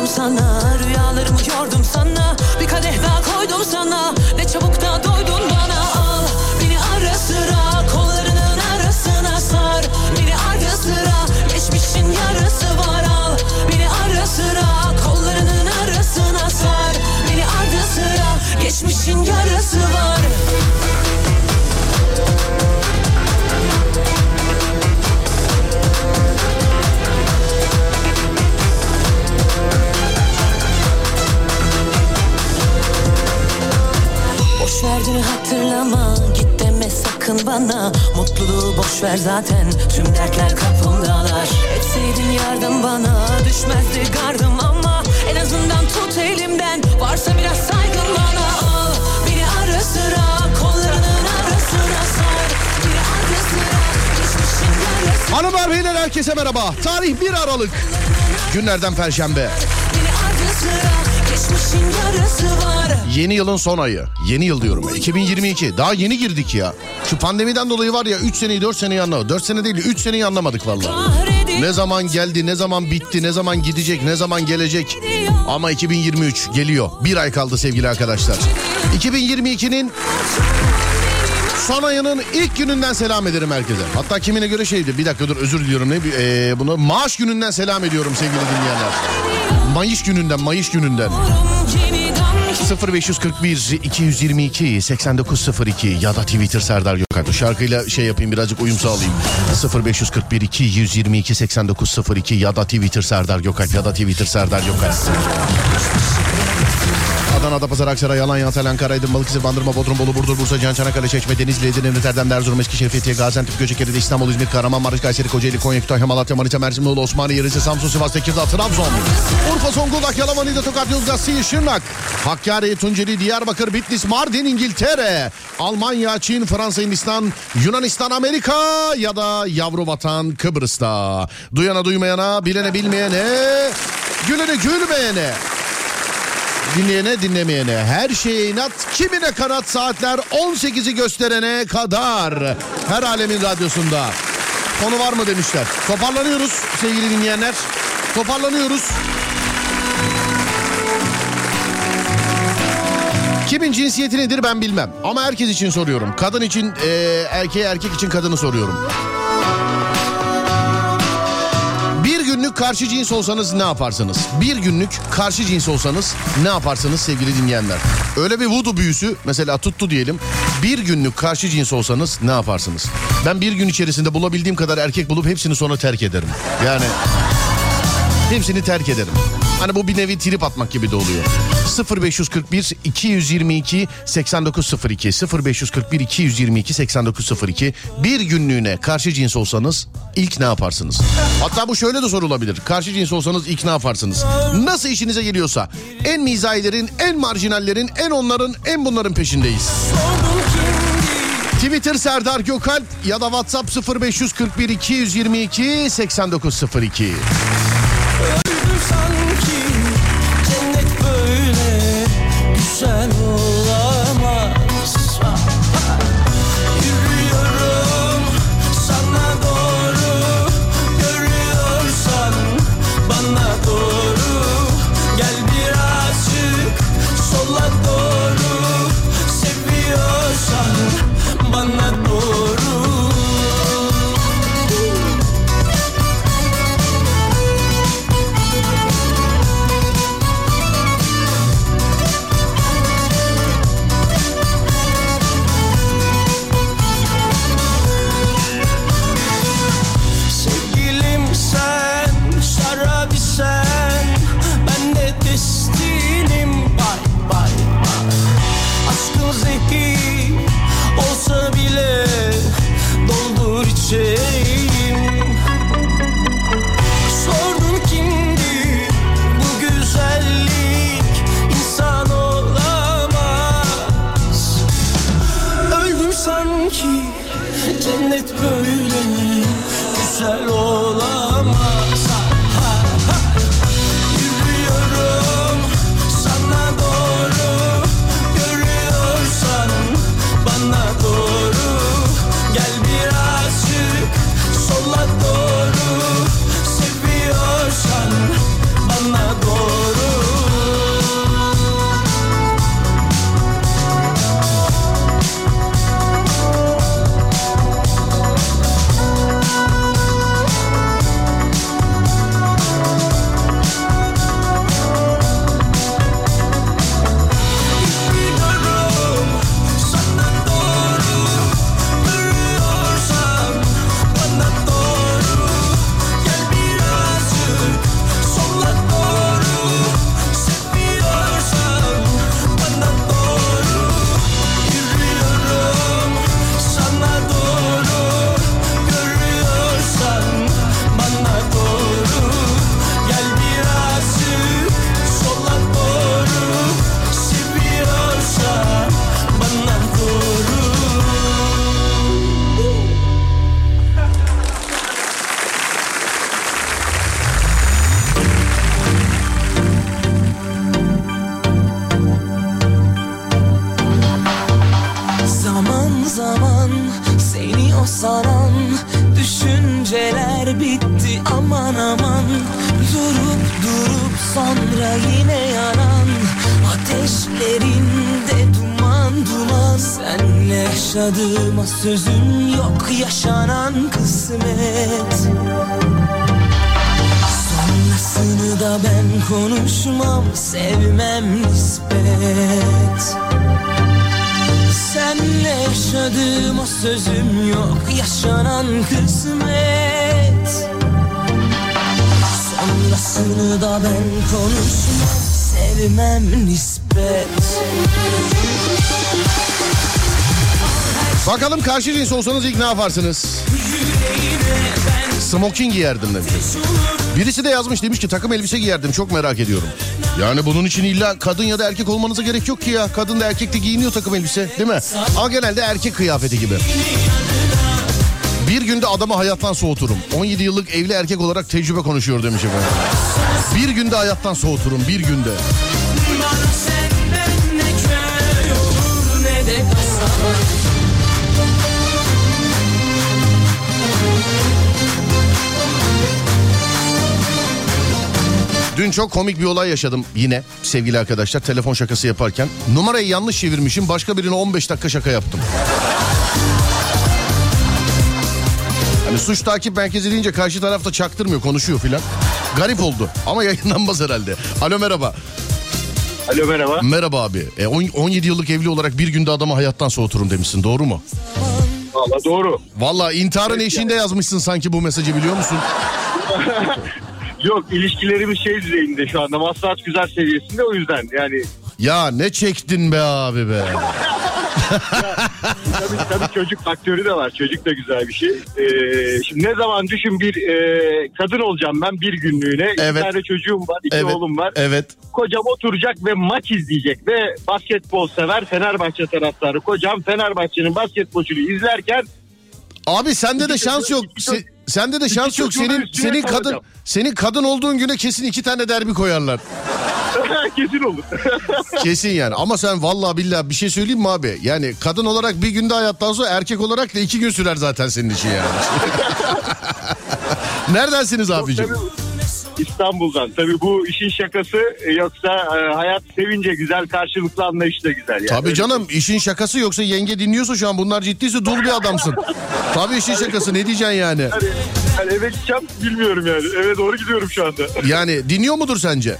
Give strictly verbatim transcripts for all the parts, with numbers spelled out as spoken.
koydum sana, rüyalarımı yordum sana, bir kadeh daha koydum sana, ne çabuk da doydun bana. Al beni ara sıra, kollarının arasına sar, beni ara sıra, geçmişin yarısı var. Al beni ara sıra, kollarının arasına sar, beni ara sıra, geçmişin yarısı var. Boş verdiğini hatırlama, git deme sakın bana, mutluluğu boş ver zaten, tüm dertler kapımdalar. Etseydin yardım bana, düşmezdi gardım ama en azından tut elimden, varsa biraz saygın bana. Al beni ara sıra, kollarının arasına sar, beni ara sıra, geçmişin yarısı. Hanımlar beyler herkese merhaba. Tarih bir Aralık. Günlerden Perşembe. Beni ara sıra, geçmişin yarısı var. Yeni yılın son ayı. Yeni yıl diyorum. iki bin yirmi iki. Daha yeni girdik ya. Şu pandemiden dolayı var ya üç seneyi dört seneyi anlamadık. dört sene değil üç seneyi anlamadık vallahi. Ne zaman geldi, ne zaman bitti, ne zaman gidecek, ne zaman gelecek. Ama iki bin yirmi üç geliyor. Bir ay kaldı sevgili arkadaşlar. iki bin yirmi ikinin son ayının ilk gününden selam ederim herkese. Hatta kimine göre şeydi. Bir dakika dur özür diliyorum. Ne, ee, bunu maaş gününden selam ediyorum sevgili dinleyenler. Mayış gününden, Mayış gününden. sıfır beş kırk bir iki yüz yirmi iki seksen dokuz sıfır iki ya da Twitter Serdar Gökalp. Şarkıyla şey yapayım, birazcık uyum sağlayayım. sıfır beş kırk bir iki yüz yirmi iki seksen dokuz sıfır iki ya da Twitter Serdar Gökalp ya da Twitter Serdar Gökalp. Adana, Adapazarı, Aksaray, Alanya, Antalya, Ankara, Aydın, Balıkesir, Bandırma, Bodrum, Bolu, Burdur, Bursa, Can, Çanakkale, Çeşme, Denizli, Edirne, Erdem, Erzurum, Eskişehir, Fethiye, Gaziantep, Göcekeri'de, İstanbul, İzmir, Kahramanmaraş, Kayseri, Kocaeli, Konya, Kütahya, Malatya, Manisa, Mersin, Muğla, Osmaniye, Rize, Samsun, Sivas, Tekirdağ, Trabzon, Urfa, Zonguldak, Yalova, Niğde, Tokat, Yozgat, Siirt, Şırnak, Hakkari, Tunceli, Diyarbakır, Bitlis, Mardin, İngiltere, Almanya, Çin, Fransa, Hindistan, Yunanistan, Amerika ya da yavru vatan Kıbrıs'ta. Duyana duymayana, bilene bilmeyene, gülene gülmeyene, dinleyene dinlemeyene, her şeye inat, kimine kanat, saatler on sekizi gösterene kadar her alemin radyosunda. Konu var mı demişler. Toparlanıyoruz sevgili dinleyenler. Toparlanıyoruz. Kimin cinsiyeti nedir ben bilmem. Ama herkes için soruyorum. Kadın için e, erkeğe, erkek için kadını soruyorum. Bir günlük karşı cins olsanız ne yaparsınız? Bir günlük karşı cins olsanız ne yaparsınız sevgili dinleyenler? Öyle bir voodoo büyüsü mesela tuttu diyelim. Bir günlük karşı cins olsanız ne yaparsınız? Ben bir gün içerisinde bulabildiğim kadar erkek bulup hepsini sonra terk ederim. Yani hepsini terk ederim. Hani bu bir nevi trip atmak gibi de oluyor. sıfır beş kırk bir iki yüz yirmi iki seksen dokuz sıfır iki sıfır beş kırk bir iki yüz yirmi iki seksen dokuz sıfır iki bir günlüğüne karşı cins olsanız ilk ne yaparsınız? Hatta bu şöyle de sorulabilir. Karşı cins olsanız ilk ne yaparsınız? Nasıl işinize geliyorsa en mizahilerin, en marjinallerin, en onların, en bunların peşindeyiz. Twitter Serdar Gökalp ya da WhatsApp sıfır beş kırk bir iki yüz yirmi iki seksen dokuz sıfır iki. Sen olamaz. Yürüyorum sana doğru, görüyorsan bana doğru. Gel birazcık sola doğru, seviyorsan bana doğru. sonra yine yanan ateşlerinde duman duman. Senle yaşadığıma sözüm yok, yaşanan kısmet. Sonrasını da ben konuşmam, sevmem nispet. Senle yaşadığıma sözüm yok, yaşanan kısmet. Sonrasını da ben konuşmam, sevmem nispet. Bakalım karşı cins olsanız ilk ne yaparsınız? Smoking giyerdim demiş. Birisi de yazmış, demiş ki takım elbise giyerdim, çok merak ediyorum. Yani bunun için illa kadın ya da erkek olmanıza gerek yok ki ya. Kadın da erkek de giyiniyor takım elbise, değil mi? Ama genelde erkek kıyafeti gibi. Bir günde adamı hayattan soğuturum. on yedi yıllık evli erkek olarak tecrübe konuşuyor demiş efendim. Bir günde hayattan soğuturum, bir günde. Dün çok komik bir olay yaşadım yine sevgili arkadaşlar, telefon şakası yaparken. Numarayı yanlış çevirmişim, başka birine on beş dakika şaka yaptım. Hani suç takip merkezi deyince karşı tarafta çaktırmıyor, konuşuyor filan. Garip oldu ama yayınlanmaz herhalde. Alo merhaba. Alo merhaba. Merhaba abi. E, on yedi yıllık evli olarak bir günde adamı hayattan soğuturum demişsin, doğru mu? Valla doğru. Valla intiharın evet, eşiğinde yani yazmışsın sanki bu mesajı, biliyor musun? Yok, ilişkilerimiz şey düzeyinde şu anda, maslahat güzel seviyesinde, o yüzden yani. Ya ne çektin be abi be. ya, tabii, tabii çocuk faktörü de var, çocuk da güzel bir şey. Ee, şimdi ne zaman düşün, bir e, kadın olacağım ben bir günlüğüne. Evet. İki tane çocuğum var, iki evet. oğlum var. Evet. Kocam oturacak ve maç izleyecek ve basketbol sever, Fenerbahçe taraftarı. Kocam Fenerbahçe'nin basketbolcunu izlerken. Abi sende de şans yok. Se, sende de şans yok. Senin senin kadın hocam. Senin kadın olduğun güne kesin iki tane derbi koyarlar. Kesin olur. Kesin yani. Ama sen vallahi billahi bir şey söyleyeyim mi abi? Yani kadın olarak bir günde hayattan sonra, erkek olarak da iki gün sürer zaten senin için yani. Neredensiniz abicim? İstanbul'dan. Tabii bu işin şakası, yoksa e, hayat sevince güzel, karşılıklı anlayış da güzel. Yani. Tabii canım, işin şakası, yoksa yenge dinliyorsa şu an, bunlar ciddiyse dul bir adamsın. Tabii işin şakası, ne diyeceksin yani? Yani, yani eve gideceğim bilmiyorum yani. Eve doğru gidiyorum şu anda. Yani dinliyor mudur sence?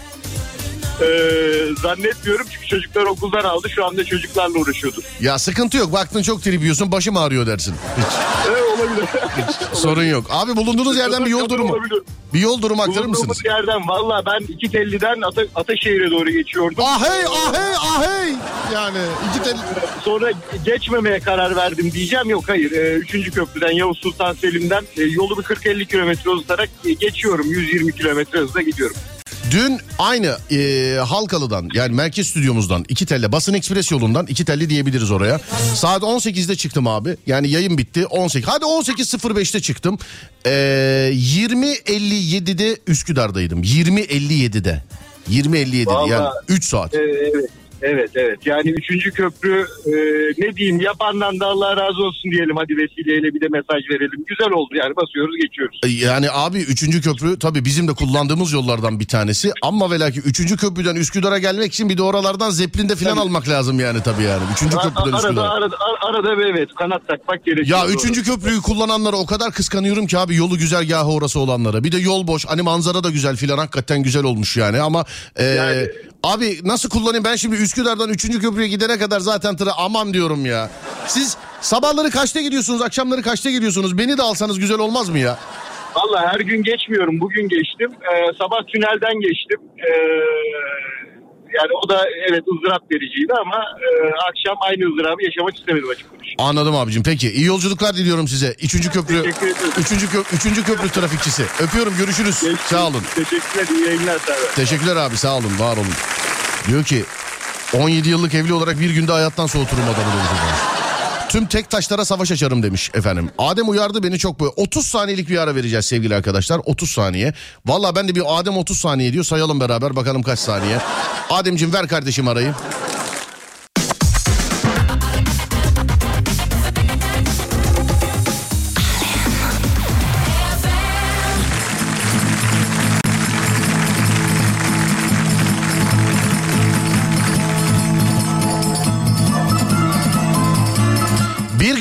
Ee, zannetmiyorum çünkü çocuklar okuldan aldı, şu anda çocuklarla uğraşıyordur. Ya sıkıntı yok, baktın çok trip yiyorsun, başım ağrıyor dersin. Hiç. Evet, olabilir. Hiç sorun yok. Abi bulunduğunuz yerden bir yol durumu. Bir yol durumu aktarır mısınız? Bulunduğumuz yerden valla ben İki Telli'den Ata, Ataşehir'e doğru geçiyordum. Ahey ahey ahey. Yani İki Telli. Sonra geçmemeye karar verdim diyeceğim, yok hayır. Ee, üçüncü köprüden, Yavuz Sultan Selim'den e, yolu bir kırk elli kilometre uzatarak e, geçiyorum. yüz yirmi kilometre hızla gidiyorum. Dün aynı e, Halkalı'dan, yani merkez stüdyomuzdan İki Telli, Basın Ekspres yolundan İki Telli diyebiliriz oraya. Saat on sekizde çıktım abi. Yani yayın bitti on sekiz. Hadi on sekiz sıfır beşte çıktım. E, yirmi elli yedide Üsküdar'daydım. yirmi elli yedide. yirmi elli yedi yani üç saat. E, evet. Evet evet yani üçüncü köprü e, ne diyeyim, yapandan da Allah razı olsun diyelim, hadi vesileyle bir de mesaj verelim. Güzel oldu yani, basıyoruz geçiyoruz. Yani abi üçüncü köprü tabii bizim de kullandığımız yollardan bir tanesi, ama ve lakin üçüncü köprüden Üsküdar'a gelmek için bir de oralardan Zeppelin'de falan tabii almak lazım yani tabii yani. üçüncü köprüden Üsküdar'a. Arada, arada, arada evet kanat takmak gerekiyor. Ya üçüncü köprüyü kullananlara o kadar kıskanıyorum ki abi, yolu güzergahı orası olanlara. Bir de yol boş, hani manzara da güzel filan, hakikaten güzel olmuş yani, ama e, yani... abi nasıl kullanayım ben şimdi Üsküdar'dan üçüncü köprüye gidene kadar zaten tıra, aman diyorum ya. Siz sabahları kaçta gidiyorsunuz, akşamları kaçta gidiyorsunuz? Beni de alsanız güzel olmaz mı ya? Vallahi her gün geçmiyorum, bugün geçtim. Ee, sabah tünelden geçtim. Ee, yani o da evet ızdırap vericiydi ama e, akşam aynı ızdırabı yaşamak istemedim açık konuşayım. Anladım abicim, peki iyi yolculuklar diliyorum size. Üçüncü köprü, üçüncü, kö, üçüncü köprü trafikçisi. Öpüyorum, görüşürüz. Teşekkür, sağ olun. Teşekkürler, iyi yayınlar. Teşekkürler abi, sağ olun, var olun. Diyor ki on yedi yıllık evli olarak bir günde hayattan soğuturum adamı demiş. Tüm tek taşlara savaş açarım demiş efendim. Adem uyardı beni çok böyle. otuz saniyelik bir ara vereceğiz sevgili arkadaşlar. otuz saniye. Valla ben de bir Adem otuz saniye diyor. Sayalım beraber bakalım kaç saniye. Ademciğim ver kardeşim arayı.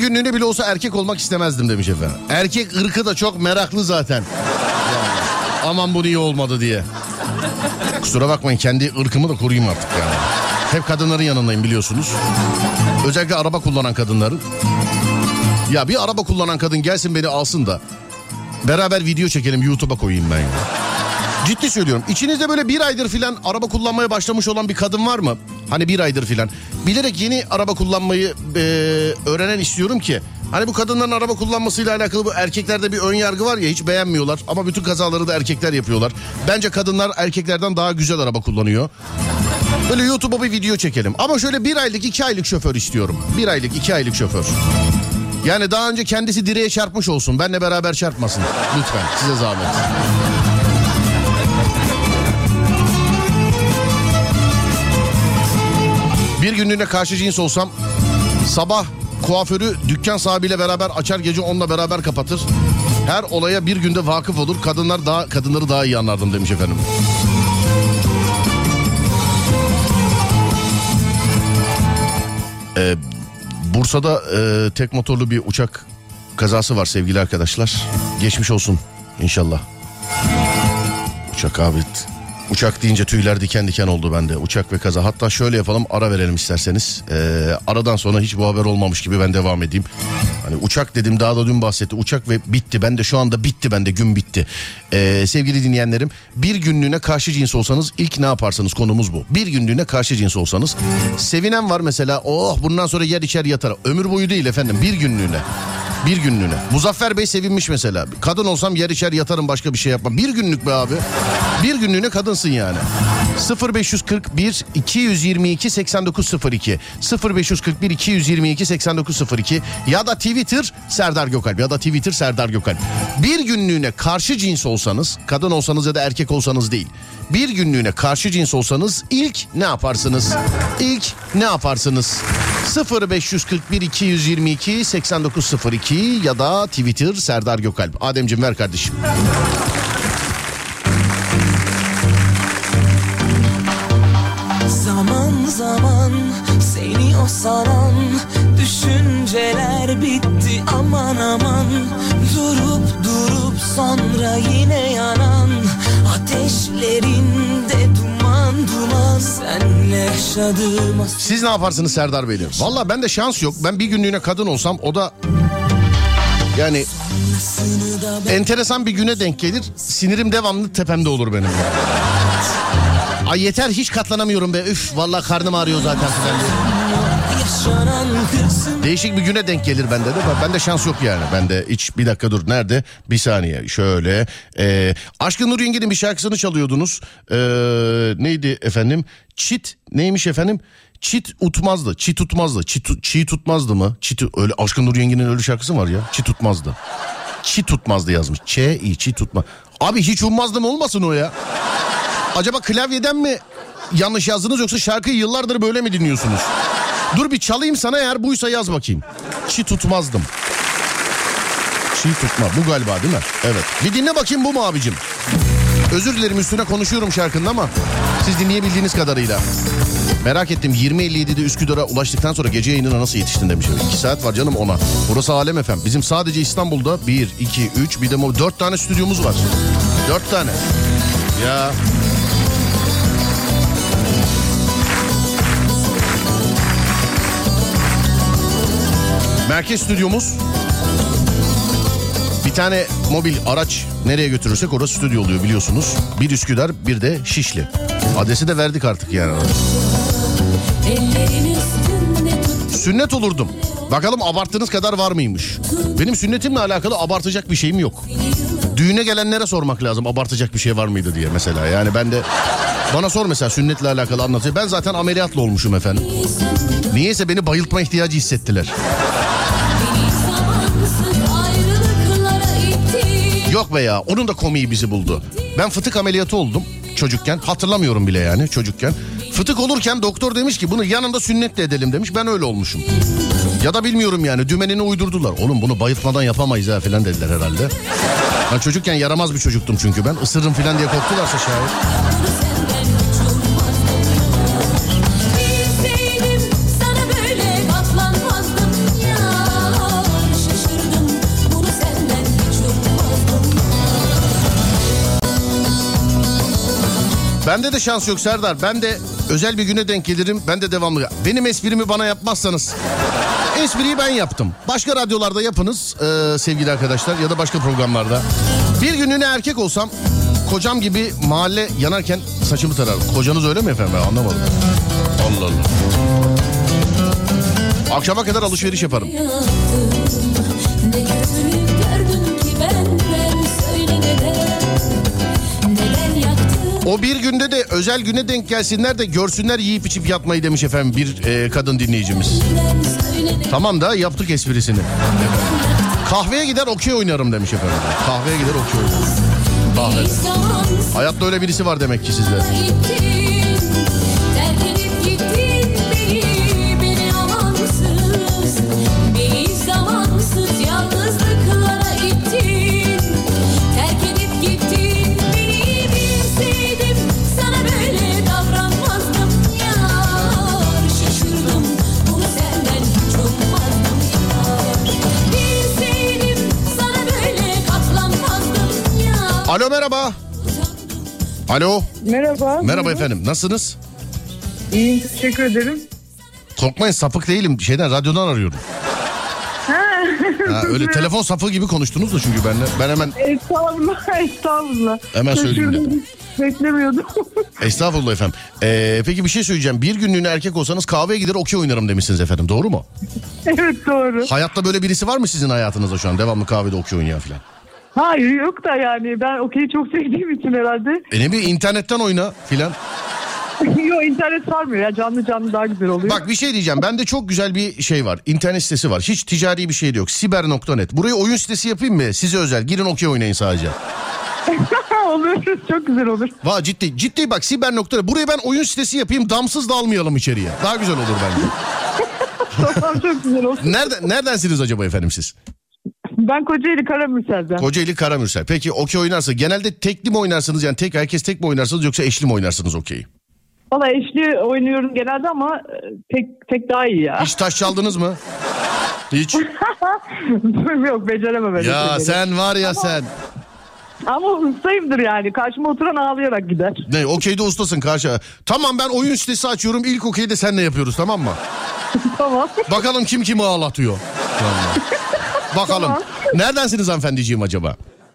Bir günlüğüne bile olsa erkek olmak istemezdim demiş efendim. Erkek ırkı da çok meraklı zaten. Yani, aman bu niye olmadı diye. Kusura bakmayın, kendi ırkımı da koruyayım artık yani. Hep kadınların yanındayım biliyorsunuz. Özellikle araba kullanan kadınların. Ya bir araba kullanan kadın gelsin beni alsın da beraber video çekelim, YouTube'a koyayım ben ya. Ciddi söylüyorum. İçinizde böyle bir aydır filan araba kullanmaya başlamış olan bir kadın var mı? Hani bir aydır filan. Bilerek yeni araba kullanmayı e, öğrenen istiyorum ki. Hani bu kadınların araba kullanmasıyla alakalı bu erkeklerde bir ön yargı var ya, hiç beğenmiyorlar. Ama bütün kazaları da erkekler yapıyorlar. Bence kadınlar erkeklerden daha güzel araba kullanıyor. Böyle YouTube'a bir video çekelim. Ama şöyle bir aylık iki aylık şoför istiyorum. Bir aylık iki aylık şoför. Yani daha önce kendisi direğe çarpmış olsun. Benle beraber çarpmasın. Lütfen, size zahmet. Bir günlüğüne karşı cins olsam sabah kuaförü dükkan sahibiyle beraber açar, gece onunla beraber kapatır. Her olaya bir günde vakıf olur. Kadınlar daha kadınları daha iyi anlardım demiş efendim. Ee, Bursa'da e, tek motorlu bir uçak kazası var sevgili arkadaşlar. Geçmiş olsun inşallah. Uçak abi. Uçak deyince tüyler diken diken oldu bende. Uçak ve kaza. Hatta şöyle yapalım, ara verelim isterseniz. Ee, aradan sonra hiç bu haber olmamış gibi ben devam edeyim. Hani uçak dedim, daha da dün bahsetti. Uçak ve bitti. Ben de şu anda bitti, bende gün bitti. Ee, sevgili dinleyenlerim, bir günlüğüne karşı cins olsanız ilk ne yaparsınız, konumuz bu. Bir günlüğüne karşı cins olsanız. Sevinen var mesela, oh bundan sonra yer içer yatar. Ömür boyu değil efendim, bir günlüğüne. Bir günlüğüne. Muzaffer Bey sevinmiş mesela. Kadın olsam yer içer yatarım, başka bir şey yapmam. Bir günlük be abi. Bir günlüğüne kadınsın yani. sıfır beş kırk bir iki yüz yirmi iki seksen dokuz sıfır iki sıfır beş kırk bir iki yüz yirmi iki seksen dokuz sıfır iki ya da Twitter Serdar Gökalp ya da Twitter Serdar Gökalp. Bir günlüğüne karşı cins olsanız, kadın olsanız ya da erkek olsanız değil, bir günlüğüne karşı cins olsanız ilk ne yaparsınız? İlk ne yaparsınız? sıfır beş kırk bir iki yüz yirmi iki seksen dokuz sıfır iki ya da Twitter Serdar Gökalp. Ademciğim ver kardeşim. Zaman zaman seni o saran düşünceler bitti aman aman. Durup durup sonra yine yanan ateşlerinde duman duman senle yaşadığım. Siz ne yaparsınız Serdar Bey'le? Valla bende şans yok. Ben bir günlüğüne kadın olsam o da yani enteresan bir güne denk gelir. Sinirim devamlı tepemde olur benim. Yani. Ay yeter, hiç katlanamıyorum be. Üf vallahi karnım ağrıyor zaten. Değişik bir güne denk gelir bende de. Bende şans yok yani. Bende hiç, bir dakika dur, nerede? Bir saniye şöyle. Ee, Aşkın Nur Yengi'nin bir şarkısını çalıyordunuz. Ee, neydi efendim? Çit neymiş efendim? Çit utmazdı. Çit tutmazdı. Çit, çiğ tutmazdı mı? Çit, öyle Aşkın Nur Yengi'nin öyle şarkısı var ya. Çit tutmazdı. Çit tutmazdı yazmış. Ç-i çit tutma. Abi hiç ummazdı mı olmasın o ya? Acaba klavyeden mi yanlış yazdınız yoksa şarkıyı yıllardır böyle mi dinliyorsunuz? Dur bir çalayım sana, eğer buysa yaz bakayım. Çi tutmazdım. Çi tutma bu galiba değil mi? Evet. Bir dinle bakayım, bu mu abicim? Özür dilerim üstüne konuşuyorum şarkının ama siz dinleyebildiğiniz kadarıyla. Merak ettim, yirmi elli yedide Üsküdar'a ulaştıktan sonra gece yayınına nasıl yetiştin demiş. iki saat var canım ona. Burası Alem F M. Bizim sadece İstanbul'da bir, iki, üç bir de dört tane stüdyomuz var. dört tane. Ya... Merkez stüdyomuz, bir tane mobil araç nereye götürürsek orası stüdyo oluyor biliyorsunuz. Bir Üsküdar, bir de Şişli. Adresi de verdik artık yani. Sünnet olurdum. Bakalım abarttığınız kadar var mıymış? Benim sünnetimle alakalı abartacak bir şeyim yok. Düğüne gelenlere sormak lazım abartacak bir şey var mıydı diye mesela. Yani ben de, bana sor mesela sünnetle alakalı anlatıyor. Ben zaten ameliyatlı olmuşum efendim. Niyeyse beni bayıltma ihtiyacı hissettiler. Yok be ya, onun da komiği bizi buldu. Ben fıtık ameliyatı oldum çocukken, hatırlamıyorum bile yani çocukken. Fıtık olurken doktor demiş ki bunu yanında sünnetle edelim demiş, ben öyle olmuşum. Ya da bilmiyorum yani, dümenini uydurdular. Oğlum bunu bayıltmadan yapamayız ha falan dediler herhalde. Ben çocukken yaramaz bir çocuktum çünkü ben. Isırırım falan diye korktularsa şayet. Bende de şans yok Serdar. Ben de özel bir güne denk gelirim. Ben de devamlı. Benim esprimi bana yapmazsanız. Espriyi ben yaptım. Başka radyolarda yapınız ee, sevgili arkadaşlar ya da başka programlarda. Bir günlüğüne erkek olsam kocam gibi mahalle yanarken saçımı tararım. Kocanız öyle mi efendim? Ben anlamadım. Allah Allah. Akşama kadar alışveriş yaparım. O bir günde de özel güne denk gelsinler de görsünler yiyip içip yatmayı demiş efendim bir e, kadın dinleyicimiz. Tamam da yaptık esprisini. Kahveye gider okey oynarım demiş efendim. Kahveye gider okey oynarım. Kahvede. Hayatta öyle birisi var demek ki sizde. Alo merhaba. Alo. Merhaba. Merhaba efendim. Nasılsınız? İyiyim, teşekkür ederim. Korkmayın, sapık değilim. Şeyden, radyodan arıyorum. Ha. Ha, öyle telefon sapığı gibi konuştunuz da çünkü benimle. Ben hemen... Estağfurullah, estağfurullah. Hemen söyleyeyim dedim. Beklemiyordum. Estağfurullah efendim. Ee, peki bir şey söyleyeceğim. Bir günlüğüne erkek olsanız kahveye gider okey oynarım demişsiniz efendim. Doğru mu? Evet, doğru. Hayatta böyle birisi var mı sizin hayatınızda şu an? Devamlı kahvede okey oynayan falan. Hayır, yok da yani ben okeyi çok sevdiğim için herhalde. E ne bir internetten oyna filan. Yok, internet sarmıyor ya, canlı canlı daha güzel oluyor. Bak bir şey diyeceğim, bende çok güzel bir şey var, internet sitesi var, hiç ticari bir şey de yok, siber nokta net. Buraya oyun sitesi yapayım mı size özel, girin okey oynayın sadece. Olur, çok güzel olur. Va ciddi ciddi bak, siber nokta net. Buraya ben oyun sitesi yapayım, damsız da almayalım içeriye, daha güzel olur bence. Tamam, çok güzel olur. Nereden, neredensiniz acaba efendim siz? Ben Kocaeli Karamürsel'den. Kocaeli Karamürsel. Peki okey oynarsa genelde tekli mi oynarsınız, yani tek herkes tek mi oynarsınız yoksa eşli mi oynarsınız okeyi? Valla eşli oynuyorum genelde ama tek tek daha iyi ya. Hiç taş çaldınız mı? Hiç. Yok, beceremem öyle Ya şeyleri. sen var ya ama, sen. Ama ustayımdır yani. Karşıma oturan ağlayarak gider. Ne, okeyde ustasın karşı. Tamam, ben oyun sitesi açıyorum, ilk okeyde seninle yapıyoruz, tamam mı? Tamam. Bakalım kim kimi ağlatıyor. Tamam. Bakalım. Tamam. Neredensiniz hanımefendiciğim acaba?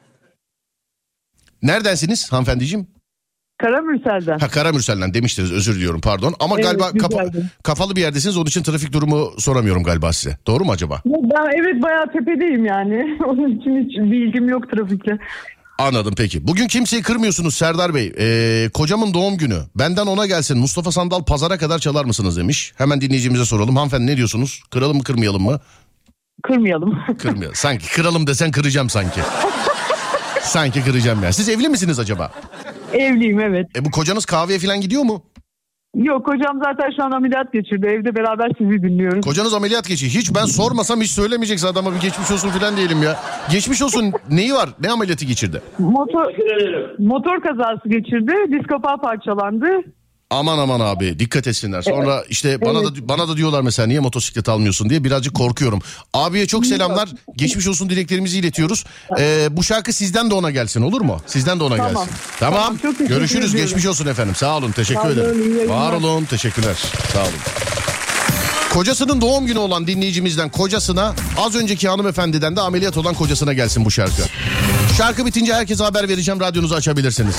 Neredensiniz hanımefendiciğim? Karamürsel'den. Ha, Karamürsel'den demiştiniz, özür diliyorum, pardon. Ama Evet, galiba kapa- güzeldi. kapalı bir yerdesiniz, onun için trafik durumu soramıyorum galiba size. Doğru mu acaba? Ben evet bayağı tepedeyim yani. Onun için hiç bilgim yok trafikte. Anladım, peki. Bugün kimseyi kırmıyorsunuz Serdar Bey. Ee, kocamın doğum günü. Benden ona gelsin. Mustafa Sandal pazara kadar çalar mısınız demiş. Hemen dinleyicimize soralım. Hanımefendi ne diyorsunuz? Kıralım mı kırmayalım mı? Kırmayalım. Kırmayalım. Sanki kıralım desen kıracağım sanki. Sanki kıracağım ya. Siz evli misiniz acaba? Evliyim, evet. E bu kocanız kahveye falan gidiyor mu? Yok, hocam zaten şu an ameliyat geçirdi. Evde beraber sizi dinliyoruz. Kocanız ameliyat geçiyor. Hiç ben sormasam hiç söylemeyeceksin adama, bir geçmiş olsun falan diyelim ya. Geçmiş olsun, neyi var? Ne ameliyatı geçirdi? Motor, motor kazası geçirdi. Diz kapağı parçalandı. Aman aman abi, dikkat etsinler. Sonra işte bana da bana da diyorlar mesela, niye motosiklet almıyorsun diye, birazcık korkuyorum. Abiye çok selamlar. Geçmiş olsun dileklerimizi iletiyoruz. Ee, bu şarkı sizden de ona gelsin, olur mu? Sizden de ona Tamam. gelsin. Tamam. Tamam, çok teşekkür Görüşürüz. ediyorum. Geçmiş olsun efendim. Sağ olun. Teşekkür Sağ olun, iyi ederim. yayınlar. Var olun. Teşekkürler. Sağ olun. Kocasının doğum günü olan dinleyicimizden kocasına, az önceki hanımefendiden de ameliyat olan kocasına gelsin bu şarkı. Şarkı bitince herkese haber vereceğim. Radyonuzu açabilirsiniz.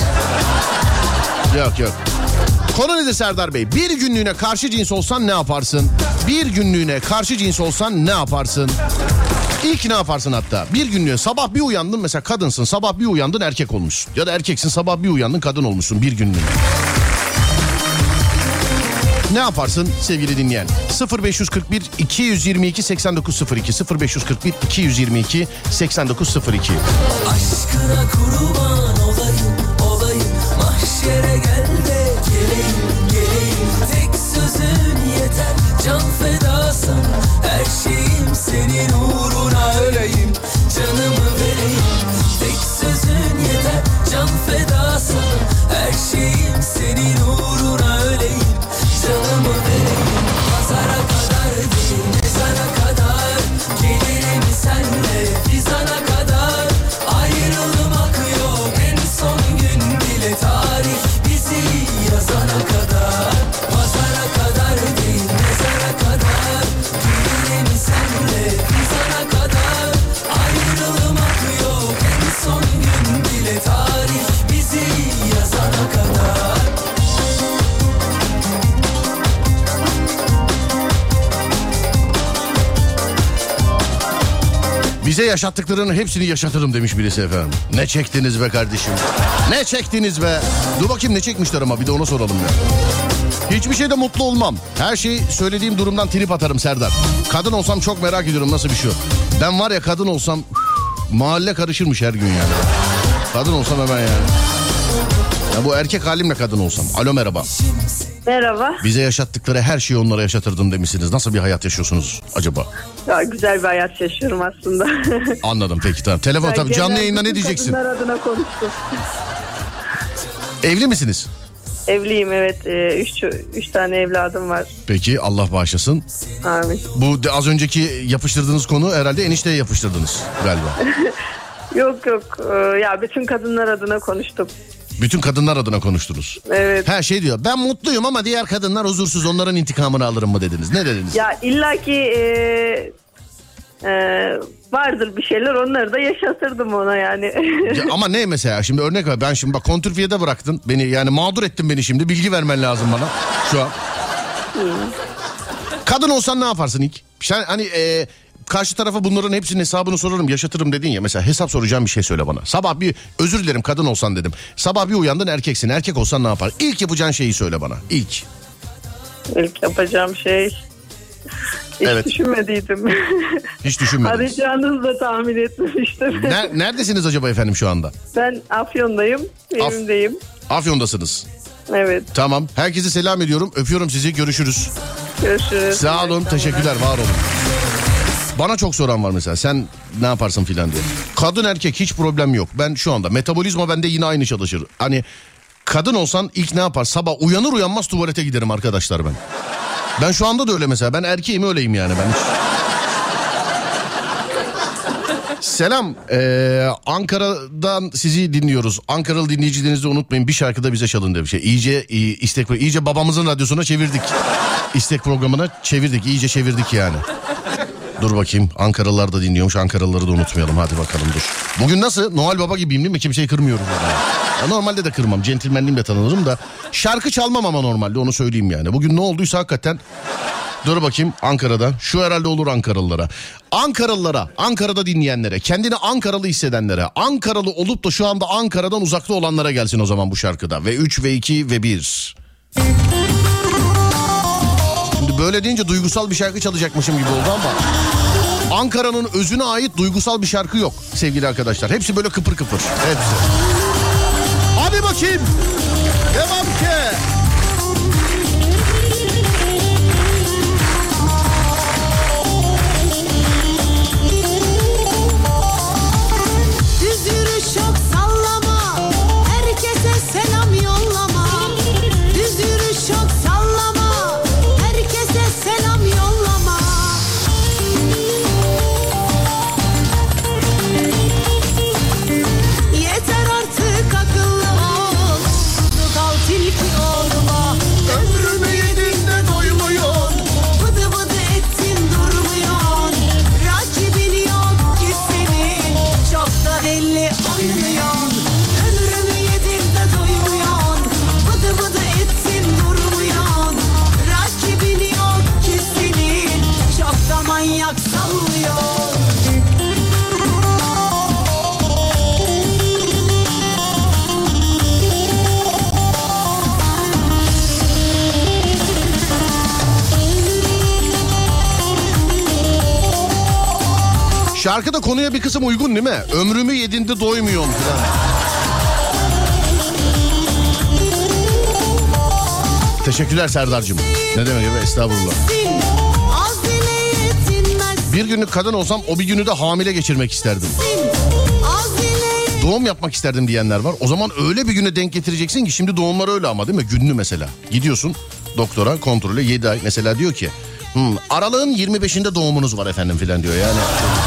Yok yok. Konu nedir Serdar Bey? Bir günlüğüne karşı cins olsan ne yaparsın? Bir günlüğüne karşı cins olsan ne yaparsın? İlk ne yaparsın hatta? Bir günlüğüne sabah bir uyandın, mesela kadınsın, sabah bir uyandın erkek olmuşsun. Ya da erkeksin, sabah bir uyandın kadın olmuşsun bir günlüğüne. Ne yaparsın sevgili dinleyen? sıfır beş kırk bir iki yüz yirmi iki seksen dokuz sıfır iki sıfır beş kırk bir iki yüz yirmi iki seksen dokuz sıfır iki. Aşkına kurban olayım, olayım, mahşere gel de geleyim, geleyim. Tek sözün yeter, can fedasın, her şeyim senin uğruna öleyim, canımı vereyim. Tek sözün yeter, can fedasın, her şeyim senin uğruna öleyim, canımı vereyim. Pazara kadar değil, mezara kadar, gelirim senle fizana kadar. Ayrılmak yok en son gün bile, tarih bizi Bize yaşattıklarının hepsini yaşatırım demiş birisi efendim. Ne çektiniz be kardeşim? Ne çektiniz be? Dur bakayım ne çekmişler ama bir de ona soralım ya. Hiçbir şeyde mutlu olmam. Her şey söylediğim durumdan trip atarım Serdar. Kadın olsam çok merak ediyorum nasıl bir şey. Ben var ya kadın olsam mahalle karışırmış her gün yani. Kadın olsam hemen yani. Ya bu erkek halimle kadın olsam. Alo merhaba. Merhaba. Bize yaşattıkları her şeyi onlara yaşatırdım demişsiniz. Nasıl bir hayat yaşıyorsunuz acaba? Ya, güzel bir hayat yaşıyorum aslında. Anladım peki tamam. Telefon tabii canlı yayında ne diyeceksin? Kadınlar adına konuştum. Evli misiniz? Evliyim evet. Ee, üç, üç tane evladım var. Peki Allah bağışlasın. Amin. Bu de, az önceki yapıştırdığınız konu herhalde enişteye yapıştırdınız galiba. Yok yok. Ee, ya bütün kadınlar adına konuştum. Bütün kadınlar adına konuştunuz. Evet. Her şey diyor. Ben mutluyum ama diğer kadınlar huzursuz. Onların intikamını alırım mı dediniz? Ne dediniz? Ya illaki e, e, vardır bir şeyler, onları da yaşatırdım ona yani. Ya ama ne mesela? Şimdi örnek ver. Ben şimdi bak kontrfiyede bıraktın beni. Yani mağdur ettin beni şimdi. Bilgi vermen lazım bana şu an. Kadın olsan ne yaparsın ilk? Sen hani e, karşı tarafa bunların hepsinin hesabını sorarım, yaşatırım dedin ya. Mesela hesap soracağım bir şey söyle bana. Sabah bir özür dilerim kadın olsan dedim. Sabah bir uyandın erkeksin. Erkek olsan ne yapar? İlk yapacağın şeyi söyle bana. İlk. İlk yapacağım şey... Hiç Evet. düşünmediydim. Hiç düşünmediniz. Arayacağınızı da tahmin etmemiştim. Ner- neredesiniz acaba efendim şu anda? Ben Afyon'dayım, Af- evimdeyim. Afyon'dasınız. Evet, Tamam. Herkese selam ediyorum. Öpüyorum sizi. Görüşürüz. görüşürüz. Sağ olun. İyi Teşekkürler. Var olun. Bana çok soran var mesela. Sen ne yaparsın filan diye. Kadın erkek hiç problem yok. Ben şu anda metabolizma bende yine aynı çalışır. Hani kadın olsan ilk ne yapar? Sabah uyanır uyanmaz tuvalete giderim arkadaşlar ben. Ben şu anda da öyle mesela. Ben erkeğim öyleyim yani ben. Selam. Ee, Ankara'dan sizi dinliyoruz. Ankaralı dinleyicilerinizi de unutmayın. Bir şarkıda bize çalın diye bir şey. İyice istek, iyice babamızın radyosuna çevirdik. İstek programına çevirdik. İyice çevirdik yani. Dur bakayım. Ankaralılar da dinliyormuş. Ankaralıları da unutmayalım. Hadi bakalım dur. Bugün nasıl? Noel Baba gibiyim değil mi? Kimseyi kırmıyorum. Yani. Ya normalde de kırmam. Centilmenliğimle tanınırım da. Şarkı çalmam ama normalde onu söyleyeyim yani. Bugün ne olduysa hakikaten. Dur bakayım Ankara'da. Şu herhalde olur Ankaralılara. Ankaralılara, Ankara'da dinleyenlere, kendini Ankaralı hissedenlere, Ankaralı olup da şu anda Ankara'dan uzakta olanlara gelsin o zaman bu şarkıda. Ve üç ve iki ve bir. Şimdi böyle deyince duygusal bir şarkı çalacakmışım gibi oldu ama Ankara'nın özüne ait duygusal bir şarkı yok sevgili arkadaşlar. Hepsi böyle kıpır kıpır. Hepsi. Hadi bakayım. Devam ki. Düz yürü çok sallama, herkese selam yollama. Düz yürü çok sallama, herkese selam yollama. Yeter artık akıllı ol, kuzu kal tilki olma. Ömrümü yedin de doymuyor, bıdı bıdı ettin durmuyor. Rakibin yok ki senin, çok da belli oynuyor. Ömrümü yedin de doymuyor, bıdı bıdı ettin durmuyor. Rakibin yok ki senin, çok da manyak sallıyor. Şarkıda konuya bir kısım uygun değil mi? Ömrümü yedinde doymuyorum falan. Teşekkürler Serdar'cığım. Ne demek ya, estağfurullah. Az dile yetinmez. Bir günlük kadın olsam o bir günü de hamile geçirmek isterdim. Az dile Doğum yapmak isterdim diyenler var. O zaman öyle bir güne denk getireceksin ki şimdi doğumlar öyle ama değil mi? Günlü mesela. Gidiyorsun doktora kontrole yedi ay mesela diyor ki hmm, aralığın yirmi beşinde doğumunuz var efendim filan diyor yani.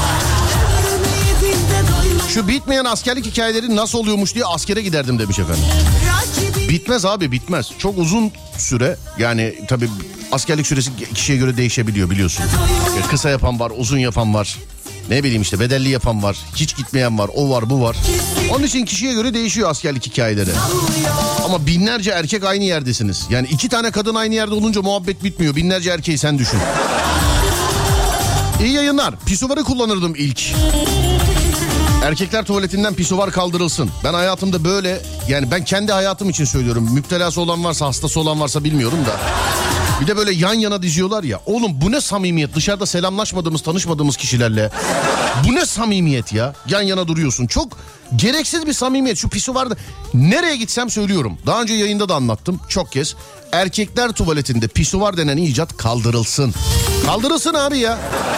Şu bitmeyen askerlik hikayeleri nasıl oluyormuş diye askere giderdim demiş efendim. Bitmez abi bitmez. Çok uzun süre yani tabii askerlik süresi kişiye göre değişebiliyor biliyorsun. Ya kısa yapan var, uzun yapan var. Ne bileyim işte bedelli yapan var, hiç gitmeyen var, o var bu var. Onun için kişiye göre değişiyor askerlik hikayeleri. Ama binlerce erkek aynı yerdesiniz. Yani iki tane kadın aynı yerde olunca muhabbet bitmiyor. Binlerce erkeği sen düşün. İyi yayınlar. Pisuvarı kullanırdım ilk. Erkekler tuvaletinden pisuvar kaldırılsın. Ben hayatımda böyle, yani ben kendi hayatım için söylüyorum. Müptelası olan varsa, hastası olan varsa bilmiyorum da. Bir de böyle yan yana diziyorlar ya. Oğlum bu ne samimiyet? Dışarıda selamlaşmadığımız, tanışmadığımız kişilerle. Bu ne samimiyet ya? Yan yana duruyorsun. Çok gereksiz bir samimiyet. Şu pisuvarda nereye gitsem söylüyorum. Daha önce yayında da anlattım çok kez. Erkekler tuvaletinde pisuvar denen icat kaldırılsın. Kaldırılsın abi ya.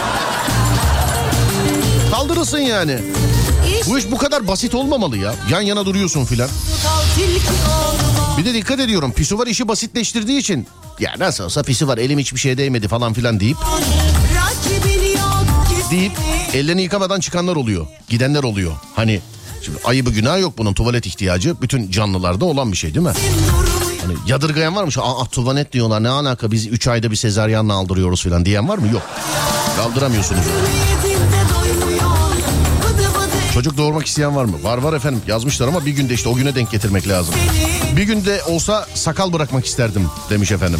Kaldırılsın yani. Bu iş bu kadar basit olmamalı ya. Yan yana duruyorsun filan. Bir de dikkat ediyorum, pisuvar işi basitleştirdiği için ya nasıl olsa pisuvar, elim hiçbir şeye değmedi falan filan deyip deyip ellerini yıkamadan çıkanlar oluyor. Gidenler oluyor. Hani şimdi ayıbı günah yok bunun, tuvalet ihtiyacı bütün canlılarda olan bir şey değil mi? Hani yadırgayan var mı? Aa tuvalet diyorlar, ne alaka, biz üç ayda bir sezaryenle aldırıyoruz filan diyen var mı? Yok. Kaldıramıyorsunuz. Çocuk doğurmak isteyen var mı? Var var efendim, yazmışlar ama bir günde işte o güne denk getirmek lazım. Bir günde olsa sakal bırakmak isterdim demiş efendim.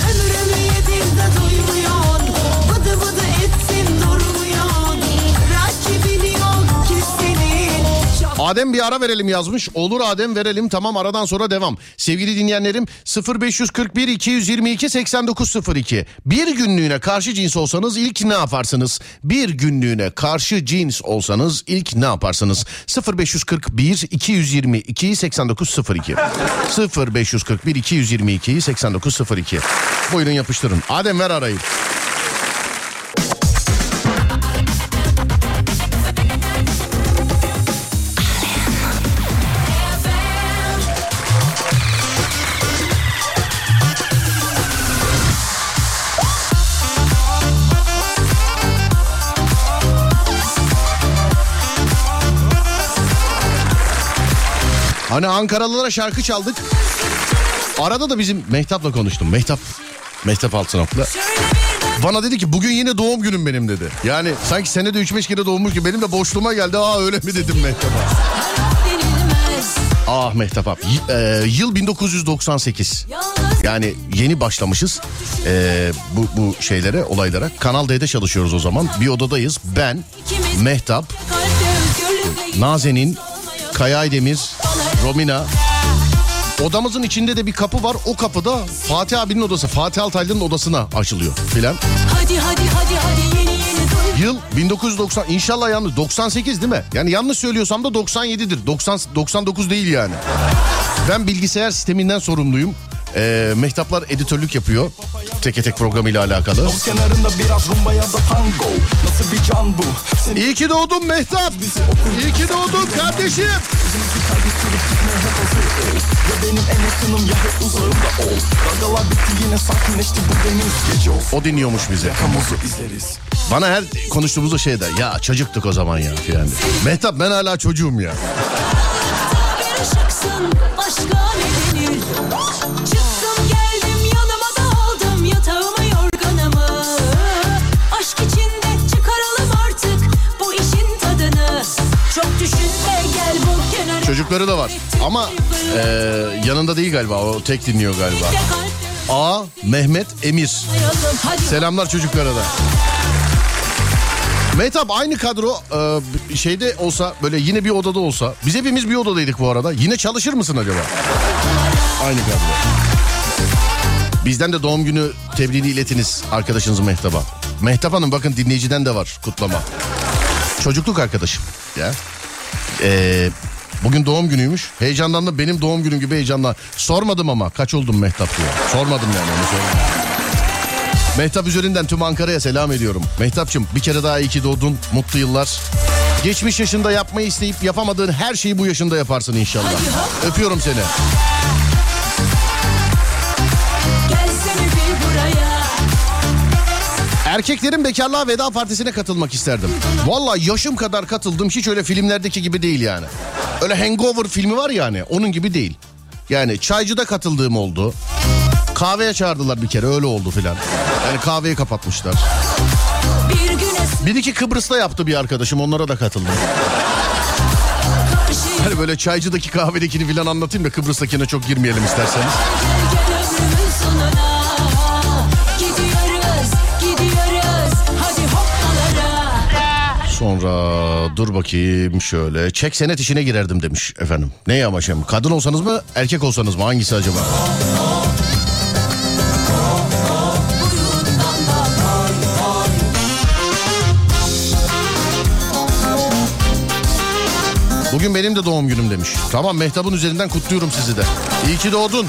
Adem bir ara verelim yazmış. Olur Adem, verelim, tamam, aradan sonra devam. Sevgili dinleyenlerim, sıfır beş kırk bir iki yüz yirmi iki seksen dokuz sıfır iki. Bir günlüğüne karşı cins olsanız ilk ne yaparsınız? Bir günlüğüne karşı cins olsanız ilk ne yaparsınız? sıfır beş kırk bir iki yüz yirmi iki seksen dokuz sıfır iki. sıfır beş kırk bir iki yüz yirmi iki seksen dokuz sıfır iki. Buyurun yapıştırın. Adem ver arayı. Hani Ankaralılara şarkı çaldık. Arada da bizim Mehtap'la konuştum. Mehtap, Mehtap Altınok'la. Bana dedi ki bugün yine doğum günüm benim dedi. Yani sanki senede üç beş kere doğmuş gibi, benim de boşluğuma geldi. Aa öyle mi dedim Mehtap'a. Ah Mehtap abi. Y- e, yıl bin dokuz yüz doksan sekiz. Yani yeni başlamışız e, bu, bu şeylere, olaylara. Kanal D'de çalışıyoruz o zaman. Bir odadayız. Ben, Mehtap, Nazenin, Kaya Aydemir, Romina. Odamızın içinde de bir kapı var. O kapıda Fatih abinin odası, Fatih Altaylı'nın odasına açılıyor filan. Hadi hadi hadi hadi yeni yeni. Yıl bin dokuz yüz doksan, inşallah yanlış, doksan sekiz değil mi? Yani yanlış söylüyorsam da doksan yedidir. doksan, doksan dokuz değil yani. Ben bilgisayar sisteminden sorumluyum. Ee, Mehtaplar editörlük yapıyor. Teke tek programıyla alakalı. İyi ki doğdun Mehtap. İyi ki doğdun kardeşim. O dinliyormuş bizi. Bana her konuştuğumuzda şey der. Ya çocuktuk o zaman ya. Yani. Mehtap ben hala çocuğum ya. Çıktım geldim yanıma da aldım yatağımı yorganımı. Aşk içinde çıkaralım artık bu işin tadını. Çok düşünme gel bu kenara. Çocukları da var ama e, yanında değil galiba, o tek dinliyor galiba. A. Mehmet Emir. Selamlar çocuklara da. Mehtap aynı kadro e, şeyde olsa, böyle yine bir odada olsa, biz hepimiz bir odadaydık bu arada, yine çalışır mısın acaba? Aynı kadro. Bizden de doğum günü tebriğini iletiniz arkadaşınız Mehtap'a. Mehtap Hanım bakın, dinleyiciden de var kutlama. Çocukluk arkadaşım ya. Ee, bugün doğum günüymüş. Heyecanlandım, benim doğum günüm gibi heyecanla. Sormadım ama kaç oldum Mehtap diyor. Sormadım yani, onu sormadım. Mehtap üzerinden tüm Ankara'ya selam ediyorum. Mehtapçım bir kere daha iyi ki doğdun. Mutlu yıllar. Geçmiş yaşında yapmayı isteyip yapamadığın her şeyi bu yaşında yaparsın inşallah. Öpüyorum seni. Erkeklerin bekarlığa veda partisine katılmak isterdim. Vallahi yaşım kadar katıldım, hiç öyle filmlerdeki gibi değil yani. Öyle Hangover filmi var yani, onun gibi değil. Yani çaycıda katıldığım oldu. Kahveye çağırdılar bir kere, öyle oldu filan. Yani kahveyi kapatmışlar. Bir iki Kıbrıs'ta yaptı bir arkadaşım, onlara da katıldım. Hani böyle çaycıdaki kahvedekini filan anlatayım da Kıbrıs'takine çok girmeyelim isterseniz. sonra dur bakayım şöyle. Çek senet işine girerdim demiş efendim. Ne yamaşım? Kadın olsanız mı erkek olsanız mı? Hangisi acaba? Bugün benim de doğum günüm demiş. Tamam, Mehtap'ın üzerinden kutluyorum sizi de. İyi ki doğdun.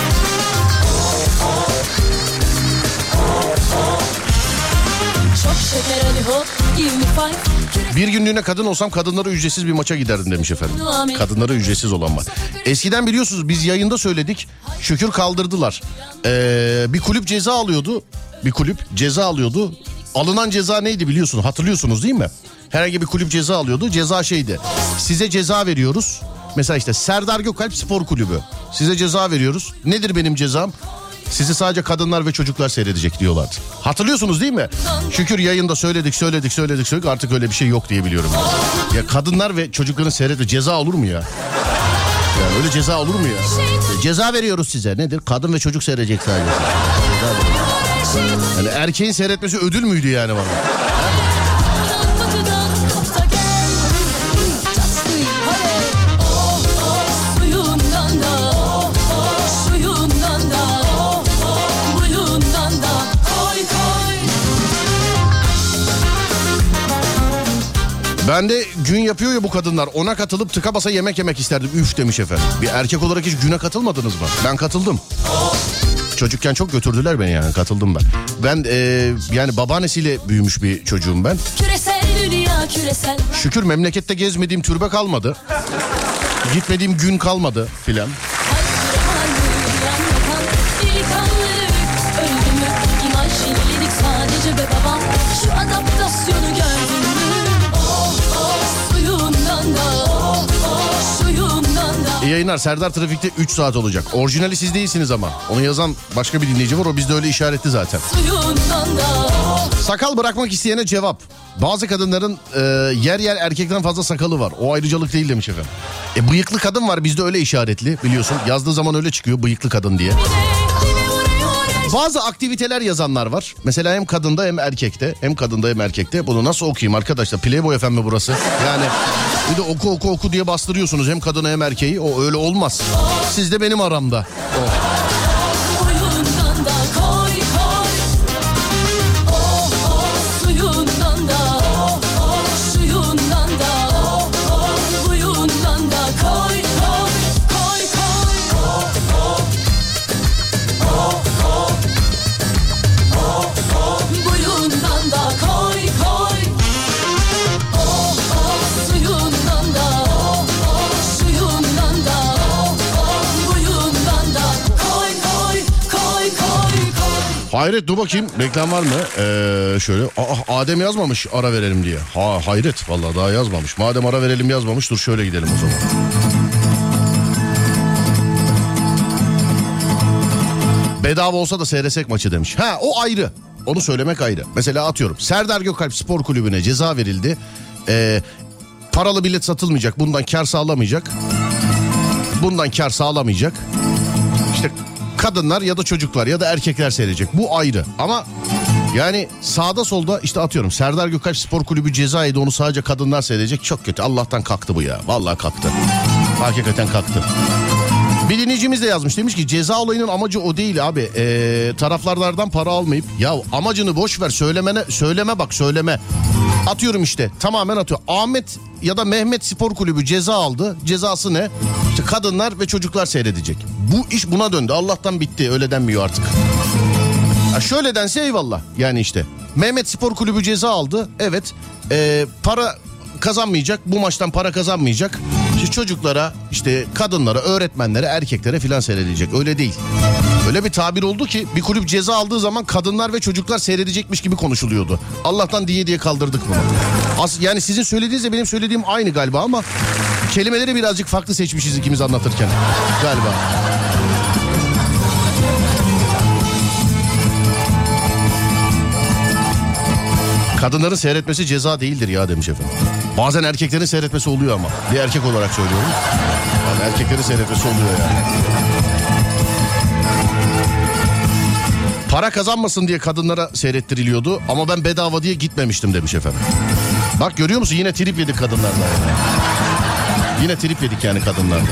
Bir günlüğüne kadın olsam kadınlara ücretsiz bir maça giderdim demiş efendim. Kadınlara ücretsiz olan var. Eskiden biliyorsunuz biz yayında söyledik. Şükür kaldırdılar. Ee, bir kulüp ceza alıyordu. Bir kulüp ceza alıyordu. Alınan ceza neydi biliyorsun, hatırlıyorsunuz değil mi? Herhangi bir kulüp ceza alıyordu. Ceza şeydi. Size ceza veriyoruz. Mesela işte Serdar Gökalp Spor Kulübü. Size ceza veriyoruz. Nedir benim cezam? Sizi sadece kadınlar ve çocuklar seyredecek diyorlardı. Hatırlıyorsunuz değil mi? Şükür yayında söyledik söyledik söyledik söyledik artık öyle bir şey yok diye biliyorum. Ya kadınlar ve çocukların seyrediyor. Ceza olur mu ya? Yani öyle ceza olur mu ya? Ceza veriyoruz size. Nedir? Kadın ve çocuk seyredecek sadece. Yani erkeğin seyretmesi ödül müydü yani bana? Ben de gün yapıyor ya bu kadınlar, ona katılıp tıka basa yemek yemek isterdim. Üf demiş efendim. Bir erkek olarak hiç güne katılmadınız mı? Ben katıldım. Çocukken çok götürdüler beni, yani katıldım ben. Ben e, yani babaannesiyle büyümüş bir çocuğum ben. Küresel dünya, küresel. Şükür memlekette gezmediğim türbe kalmadı. Gitmediğim gün kalmadı filan. Şu adaptasyonu gördün mü? İyi yayınlar. Serdar Trafik'te üç saat olacak. Orijinali siz değilsiniz ama. Onu yazan başka bir dinleyici var. O bizde öyle işaretli zaten. Sakal bırakmak isteyene cevap. Bazı kadınların e, yer yer erkekten fazla sakalı var. O ayrıcalık değil demiş efendim. E, bıyıklı kadın var bizde öyle işaretli biliyorsun. Yazdığı zaman öyle çıkıyor bıyıklı kadın diye. Bazı aktiviteler yazanlar var. Mesela hem kadında hem erkekte. Hem kadında hem erkekte. Bunu nasıl okuyayım arkadaşlar? Playboy F M mi burası? Yani bir de oku oku oku diye bastırıyorsunuz. Hem kadını hem erkeği. O öyle olmaz. Siz de benim aramda. O. Hayret dur bakayım reklam var mı? Ee, şöyle Aa, Adem yazmamış ara verelim diye. Ha hayret vallahi daha yazmamış. Madem ara verelim yazmamış dur şöyle gidelim o zaman. Bedava olsa da seyresek maçı demiş. Ha o ayrı. Onu söylemek ayrı. Mesela atıyorum Serdar Gökalp Spor Kulübü'ne ceza verildi. Ee, paralı bilet satılmayacak. Bundan kar sağlamayacak. Bundan kar sağlamayacak. İşte kadınlar ya da çocuklar ya da erkekler seyredecek. Bu ayrı ama yani sağda solda işte atıyorum Serdar Gökalp Spor Kulübü ceza yedi, onu sadece kadınlar seyredecek. Çok kötü. Allah'tan kalktı bu ya. Vallahi kalktı. Hakikaten kalktı. Bir dinleyicimiz de yazmış, demiş ki ceza olayının amacı o değil abi. Ee, taraflardan para almayıp ya amacını boş ver, söylemene söyleme bak söyleme. Atıyorum işte tamamen atıyor. Ahmet ya da Mehmet Spor Kulübü ceza aldı. Cezası ne? İşte kadınlar ve çocuklar seyredecek. Bu iş buna döndü. Allah'tan bitti. Öyle denmiyor artık. Ya şöyle dense eyvallah. Yani işte Mehmet Spor Kulübü ceza aldı. Evet. Ee, para kazanmayacak. Bu maçtan para kazanmayacak. İşte çocuklara, işte kadınlara, öğretmenlere, erkeklere filan seyredilecek. Öyle değil. Öyle bir tabir oldu ki bir kulüp ceza aldığı zaman kadınlar ve çocuklar seyredecekmiş gibi konuşuluyordu. Allah'tan diye diye kaldırdık bunu. As- yani sizin söylediğinizle benim söylediğim aynı galiba ama kelimeleri birazcık farklı seçmişiz ikimiz anlatırken galiba. Kadınların seyretmesi ceza değildir ya demiş efendim. Bazen erkeklerin seyretmesi oluyor ama. Bir erkek olarak söylüyorum. Yani erkeklerin seyretmesi oluyor yani. Para kazanmasın diye kadınlara seyrettiriliyordu ama ben bedava diye gitmemiştim demiş efendim. Bak görüyor musun, yine trip yedik kadınlardan. Yine trip yedik yani kadınlardan.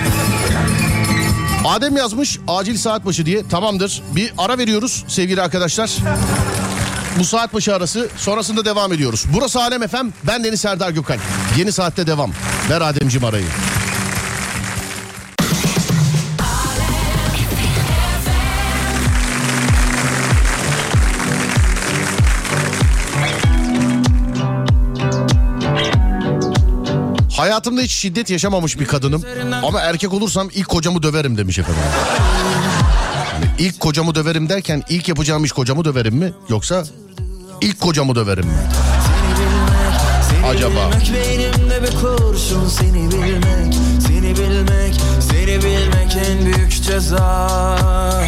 Adem yazmış acil saat başı diye. Tamamdır, bir ara veriyoruz sevgili arkadaşlar. Bu saat başı arası, sonrasında devam ediyoruz. Burası Alem F M, ben Deniz Serdar Gökalp. Yeni saatte devam. Ver Ademciğim arayı. Hayatımda hiç şiddet yaşamamış bir kadınım ama erkek olursam ilk kocamı döverim demiş efendim. Yani ilk kocamı döverim derken ilk yapacağım iş kocamı döverim mi yoksa ilk kocamı döverim mi? Acaba? Beynimde bir kurşun, seni bilmek, seni bilmek, seni bilmek en büyük ceza.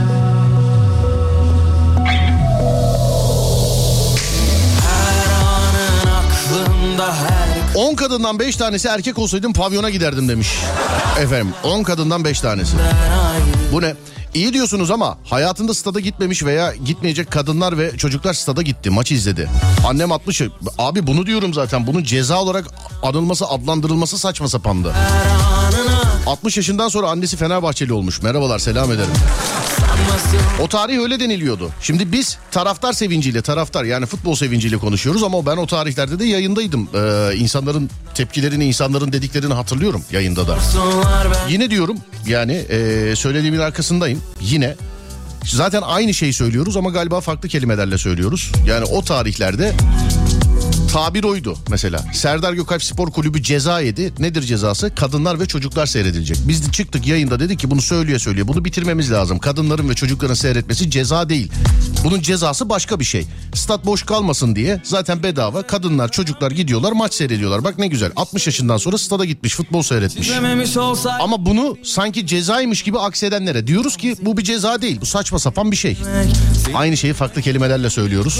Her anın aklımda her... on kadından beş tanesi erkek olsaydım pavyona giderdim demiş. Efendim on kadından beş tanesi. Bu ne? İyi diyorsunuz ama hayatında stada gitmemiş veya gitmeyecek kadınlar ve çocuklar stada gitti, maçı izledi. Annem altmış. Abi bunu diyorum zaten, bunun ceza olarak anılması, adlandırılması saçma sapandı. altmış yaşından sonra annesi Fenerbahçeli olmuş. Merhabalar, selam ederim. O tarih öyle deniliyordu. Şimdi biz taraftar sevinciyle, taraftar yani futbol sevinciyle konuşuyoruz ama ben o tarihlerde de yayındaydım. Ee, insanların tepkilerini, insanların dediklerini hatırlıyorum yayında da. Yine diyorum yani e, söylediğimin arkasındayım. Yine zaten aynı şeyi söylüyoruz ama galiba farklı kelimelerle söylüyoruz. Yani o tarihlerde tabir oydu mesela. Serdar Gökalp Spor Kulübü ceza yedi. Nedir cezası? Kadınlar ve çocuklar seyredilecek. Biz de çıktık yayında, dedik ki bunu söyleye söyleye bunu bitirmemiz lazım. Kadınların ve çocukların seyretmesi ceza değil. Bunun cezası başka bir şey. Stat boş kalmasın diye zaten bedava kadınlar, çocuklar gidiyorlar, maç seyrediyorlar. Bak ne güzel, altmış yaşından sonra stada gitmiş, futbol seyretmiş. Ama bunu sanki cezaymış gibi aksedenlere diyoruz ki bu bir ceza değil, bu saçma sapan bir şey. Aynı şeyi farklı kelimelerle söylüyoruz.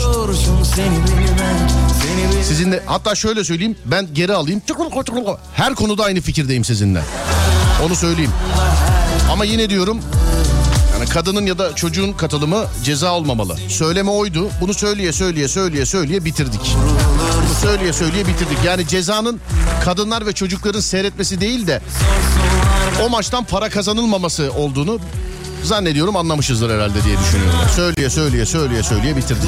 Sizinle hatta şöyle söyleyeyim, ben geri alayım. Her konuda aynı fikirdeyim sizinle. Onu söyleyeyim. Ama yine diyorum, yani kadının ya da çocuğun katılımı ceza olmamalı. Söyleme oydu. Bunu söyleye söyleye söyleye söyleye bitirdik. Bunu söyleye söyleye bitirdik. Yani cezanın kadınlar ve çocukların seyretmesi değil de o maçtan para kazanılmaması olduğunu zannediyorum anlamışızdır herhalde diye düşünüyorum. Söyleye söyleye söyleye söyleye bitirdik.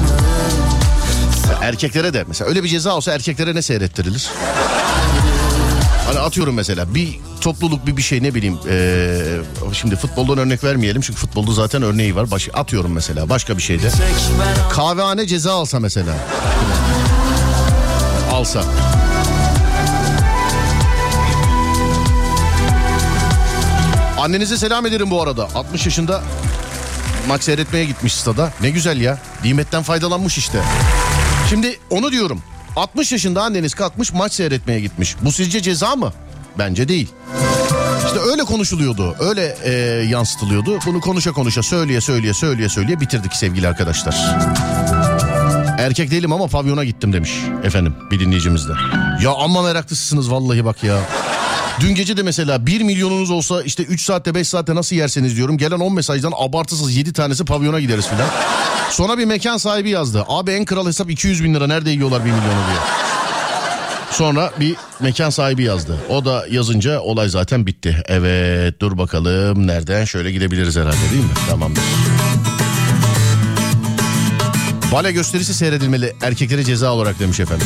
Erkeklere de mesela öyle bir ceza olsa erkeklere ne seyrettirilir? Hani atıyorum mesela bir topluluk bir bir şey, ne bileyim ee, şimdi futboldan örnek vermeyelim çünkü futbolda zaten örneği var. Baş, atıyorum mesela başka bir şeyde kahvehane ceza alsa mesela, alsa. Annenize selam ederim bu arada, altmış yaşında maç seyretmeye gitmiş stada. Ne güzel ya, nimetten faydalanmış işte. Şimdi onu diyorum, altmış yaşında anneniz kalkmış maç seyretmeye gitmiş. Bu sizce ceza mı? Bence değil. İşte öyle konuşuluyordu, öyle e, yansıtılıyordu. Bunu konuşa konuşa söyleye söyleye söyleye söyleye bitirdik sevgili arkadaşlar. Erkek değilim ama pavyona gittim demiş efendim bir dinleyicimiz de. Ya amma meraklısınız vallahi bak ya. Dün gece de mesela bir milyonunuz olsa işte üç saatte beş saatte nasıl yerseniz diyorum. Gelen on mesajdan abartısız yedi tanesi pavyona gideriz filan. Sonra bir mekan sahibi yazdı. Abi en kral hesap iki yüz bin lira, nerede yiyorlar bir milyonu diyor. Sonra bir mekan sahibi yazdı. O da yazınca olay zaten bitti. Evet dur bakalım nereden, şöyle gidebiliriz herhalde değil mi? Tamamdır. Bale gösterisi seyredilmeli erkeklere ceza olarak demiş efendim.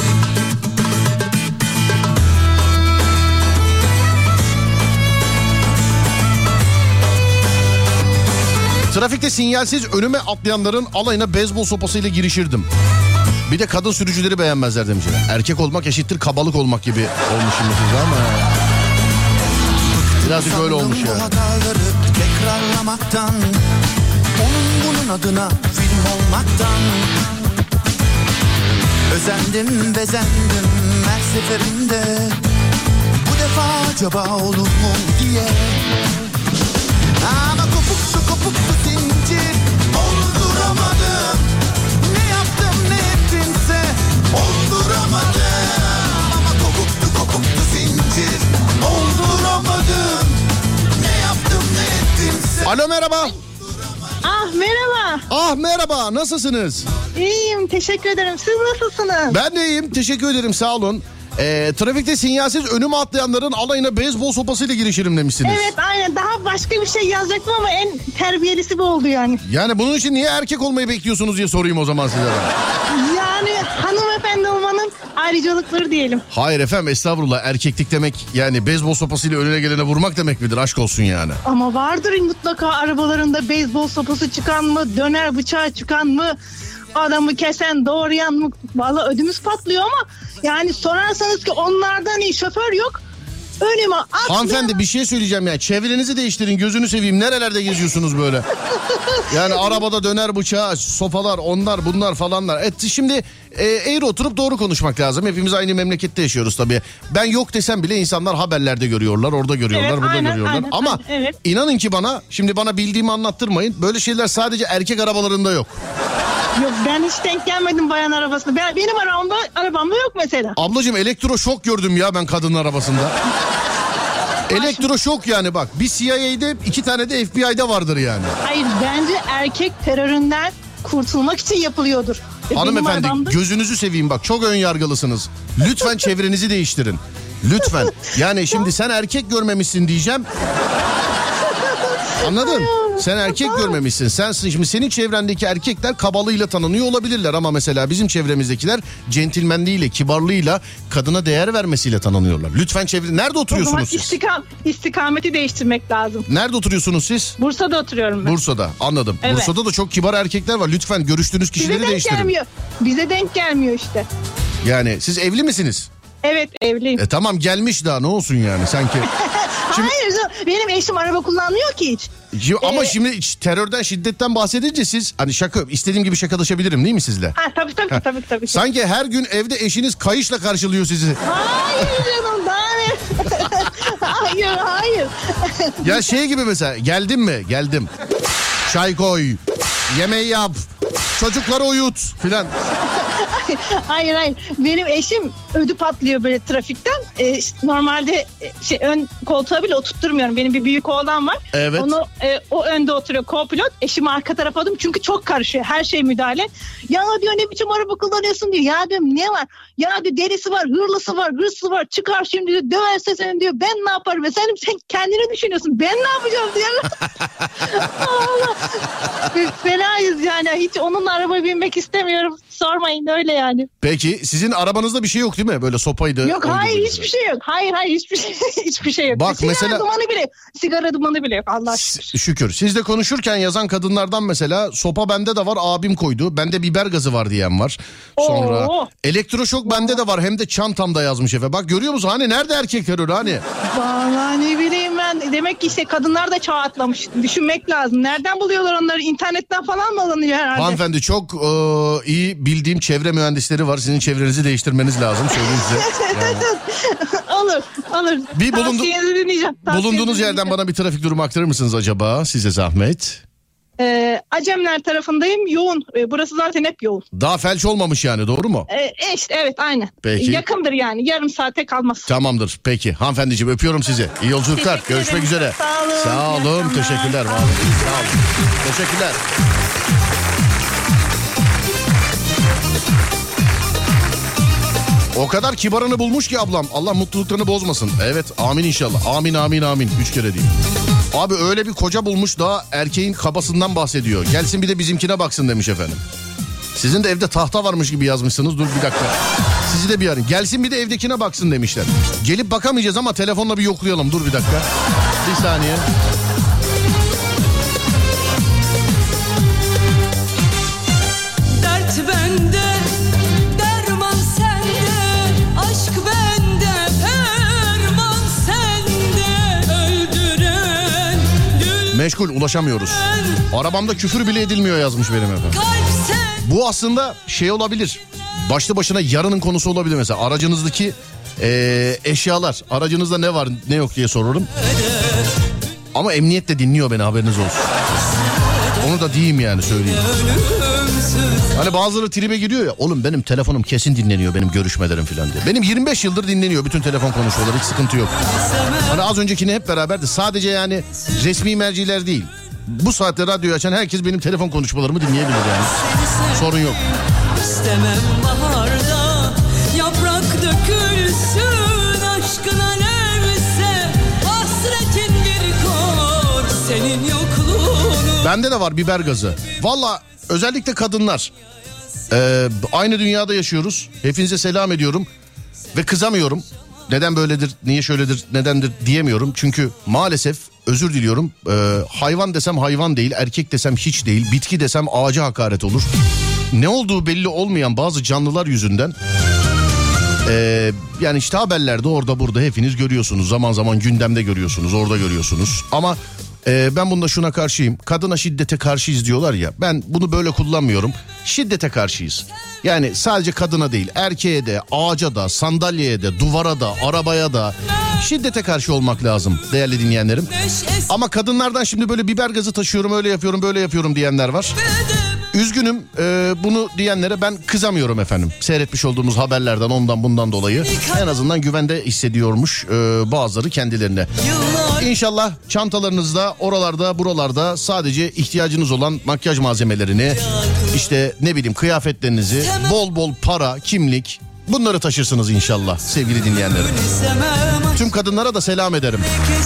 Trafikte sinyalsiz önüme atlayanların alayına beyzbol sopasıyla girişirdim. Bir de kadın sürücüleri beğenmezler demişler. Erkek olmak eşittir kabalık olmak gibi olmuş şimdi size ama. Birazcık öyle olmuş ya. Tekrarlamaktan, onun bunun adına film olmaktan. Özendim bezendim her seferinde. Bu defa acaba olur mu diye. Ama kopuktu kopuktu zincir, olduramadım. Ne yaptım ne ettimse olduramadım. Ama kopuktu kopuktu zincir, olduramadım. Ne yaptım ne ettimse. Alo merhaba. Ah merhaba. Ah merhaba, nasılsınız? İyiyim, teşekkür ederim. Siz nasılsınız? Ben de iyiyim, teşekkür ederim, sağ olun. Ee, trafikte sinyalsiz önüme atlayanların alayına beyzbol sopasıyla girişirim demişsiniz. Evet, aynen. Daha başka bir şey yazacaktım ama en terbiyelisi bu oldu yani. Yani bunun için niye erkek olmayı bekliyorsunuz diye sorayım o zaman size. Yani hanımefendi olmanın ayrıcalıkları diyelim. Hayır efendim, estağfurullah, erkeklik demek yani beyzbol sopasıyla önüne gelene vurmak demek midir? Aşk olsun yani. Ama vardır mutlaka arabalarında beyzbol sopası çıkan mı, döner bıçağı çıkan mı, adamı kesen, doğrayan mı? Vallahi ödümüz patlıyor ama yani sorarsanız ki onlardan iyi şoför yok. Önüme atla. Hanımefendi bir şey söyleyeceğim ya. Çevrenizi değiştirin, gözünü seveyim. Nerelerde geziyorsunuz böyle? Yani arabada döner bıçağı, sopalar, onlar bunlar falanlar. Evet, şimdi e, eğri oturup doğru konuşmak lazım. Hepimiz aynı memlekette yaşıyoruz tabii. Ben yok desem bile insanlar haberlerde görüyorlar, orada görüyorlar, Evet, burada aynen, görüyorlar. aynen, Ama aynen, evet. inanın ki bana, şimdi bana bildiğimi anlattırmayın. Böyle şeyler sadece erkek arabalarında yok. Yok, ben hiç denk gelmedim bayan arabasında. Ben, benim arabamda, arabamda yok mesela. Ablacığım elektroşok gördüm ya ben kadın arabasında. Elektroşok yani bak. Bir C I A'de, iki tane de F B I'de vardır yani. Hayır, bence erkek teröründen kurtulmak için yapılıyordur. Benim Hanımefendi arabamda... gözünüzü seveyim bak, çok ön yargılısınız. Lütfen çevrenizi değiştirin. Lütfen. Yani şimdi sen erkek görmemişsin diyeceğim. Anladın? Sen erkek görmemişsin. Sen şimdi senin çevrendeki erkekler kabalığıyla tanınıyor olabilirler ama mesela bizim çevremizdekiler centilmenliğiyle, kibarlığıyla, kadına değer vermesiyle tanınıyorlar. Lütfen çevre. Nerede oturuyorsunuz O zaman siz? istikam, istikameti değiştirmek lazım. Nerede oturuyorsunuz siz? Bursa'da oturuyorum ben. Bursa'da. Anladım. Evet. Bursa'da da çok kibar erkekler var. Lütfen görüştüğünüz Bize kişileri denk değiştirin. gelmiyor. Bize denk gelmiyor işte. Yani siz evli misiniz? Evet, evliyim. E tamam, gelmiş daha ne olsun yani sanki. Şimdi... Hayır, benim eşim araba kullanmıyor ki hiç. Ama Ee, şimdi terörden, şiddetten bahsedince siz hani şaka, istediğim gibi şakalaşabilirim değil mi sizle? Ha, tabii tabii tabii tabii. Sanki her gün evde eşiniz kayışla karşılıyor sizi. Hayır canım, daha ne? Hayır hayır. Ya şey gibi mesela, geldim mi? Geldim. Çay koy, yemeği yap, çocukları uyut filan. Hayır hayır. Benim eşim ödü patlıyor böyle trafikten. Ee, normalde şey, ön koltuğa bile oturtturmuyorum. Benim bir büyük oğlan var. Evet. Onu e, o önde oturuyor, co-pilot. Eşimi arka tarafa aldım çünkü çok karışıyor. Her şey müdahale. Ya diyor, ne biçim araba kullanıyorsun diyor. Ya diyorum, ne var? Ya diyor, delisi var, hırlısı var, hırsızı var. Çıkar şimdi diyor, döverse seni diyor. Ben ne yaparım? Efendim sen kendini düşünüyorsun. Ben ne yapacağım diyor. Allah. Biz fenayız yani. Hiç onunla arabaya binmek istemiyorum. Sormayın, öyle yani. Peki sizin arabanızda bir şey yok değil mi? Böyle sopaydı. Yok oydu, hayır, böyle. hiçbir şey yok. Hayır hayır, hiçbir şey hiçbir şey yok. Bak, sigara mesela- dumanı bile sigara dumanı bile yok, Allah S- şükür. Şükür. Siz de konuşurken yazan kadınlardan mesela sopa bende de var, abim koydu. Bende biber gazı var diyen var. Sonra Oo. elektroşok bende de var, hem de çantamda yazmış efe. Bak görüyor musun? Hani nerede erkek terörü hani? Vallahi ne bileyim ben. Demek ki işte kadınlar da çağ atlamış. Düşünmek lazım. Nereden buluyorlar onları? İnternetten falan mı alınıyor herhalde? Hanımefendi çok e, iyi bildiğim çevre mühendisleri var. Sizin çevrenizi değiştirmeniz lazım, söyleyeyim size. Yani. olur olur. Bir bulundu- Tavsiyenizi dinleyeceğim. Bulunduğunuz Tavsiyenizi yerden dinleyeceğim. bana bir trafik durumu aktarır mısınız acaba? Size zahmet. Ee, Acemler tarafındayım. Yoğun. Ee, burası zaten hep yoğun. Daha felç olmamış yani, doğru mu? Ee, işte evet, aynen. Peki. Yakındır yani. Yarım saate kalmaz. Tamamdır. Peki. Hanımefendiciğim öpüyorum sizi. İyi yolculuklar. Teşekkür Görüşmek ederim. üzere. Sağ olun. Sağ İyi olun. akşamlar. Teşekkürler. Var olun. Sağ olun. Teşekkürler. O kadar kibarını bulmuş ki ablam. Allah mutluluklarını bozmasın. Evet, amin inşallah. Amin amin amin. Üç kere değil. Abi öyle bir koca bulmuş, daha erkeğin kabasından bahsediyor. Gelsin bir de bizimkine baksın demiş efendim. Sizin de evde tahta varmış gibi yazmışsınız. Dur bir dakika. Sizi de bir arayın. Gelsin bir de evdekine baksın demişler. Gelip bakamayacağız ama telefonla bir yoklayalım. Dur bir dakika. Bir saniye. Dert bende, derman sende, aşk bende, ferman sende, öldüren gül Meşgul, ulaşamıyoruz. Arabamda küfür bile edilmiyor yazmış benim efendim. kalp sen. Bu aslında şey olabilir. Başlı başına yarının konusu olabilir mesela. Aracınızdaki eee, eşyalar. Aracınızda ne var ne yok diye sorarım. Ama emniyet de dinliyor beni, haberiniz olsun. Onu da diyeyim yani, söyleyeyim. Hani bazıları tribe giriyor ya. Oğlum benim telefonum kesin dinleniyor, benim görüşmelerim falan diye. Benim yirmi beş yıldır dinleniyor bütün telefon konuşmaları, hiç sıkıntı yok. Hani az öncekini hep beraberdi. Sadece yani resmi merciler değil. Bu saatte radyoyu açan herkes benim telefon konuşmalarımı dinleyebilir yani. Sorun yok. İstemem baharda yaprak dökülsün, aşkın alevse hasretin bir kor, senin yokluğunu. Bende de var biber gazı. Valla özellikle kadınlar. Ee, aynı dünyada yaşıyoruz. Hepinize selam ediyorum. Ve kızamıyorum. Neden böyledir, niye şöyledir, nedendir diyemiyorum. Çünkü maalesef özür diliyorum. Ee, hayvan desem hayvan değil, erkek desem hiç değil, bitki desem ağaca hakaret olur. Ne olduğu belli olmayan bazı canlılar yüzünden... Ee, yani işte haberlerde orada burada hepiniz görüyorsunuz. Zaman zaman gündemde görüyorsunuz, orada görüyorsunuz. Ama e, ben bunda şuna karşıyım. Kadına şiddete karşıyız diyorlar ya. Ben bunu böyle kullanmıyorum. Şiddete karşıyız. Yani sadece kadına değil, erkeğe de, ağaca da, sandalyeye de, duvara da, arabaya da şiddete karşı olmak lazım değerli dinleyenlerim. Ama kadınlardan şimdi böyle biber gazı taşıyorum, öyle yapıyorum, böyle yapıyorum diyenler var. Üzgünüm, e, bunu diyenlere ben kızamıyorum efendim. Seyretmiş olduğumuz haberlerden, ondan bundan dolayı en azından güvende hissediyormuş e, bazıları kendilerine. İnşallah çantalarınızda, oralarda, buralarda sadece ihtiyacınız olan makyaj malzemelerini, işte ne bileyim kıyafetlerinizi, bol bol para, kimlik, bunları taşırsınız inşallah sevgili dinleyenlerim. Tüm kadınlara da selam ederim.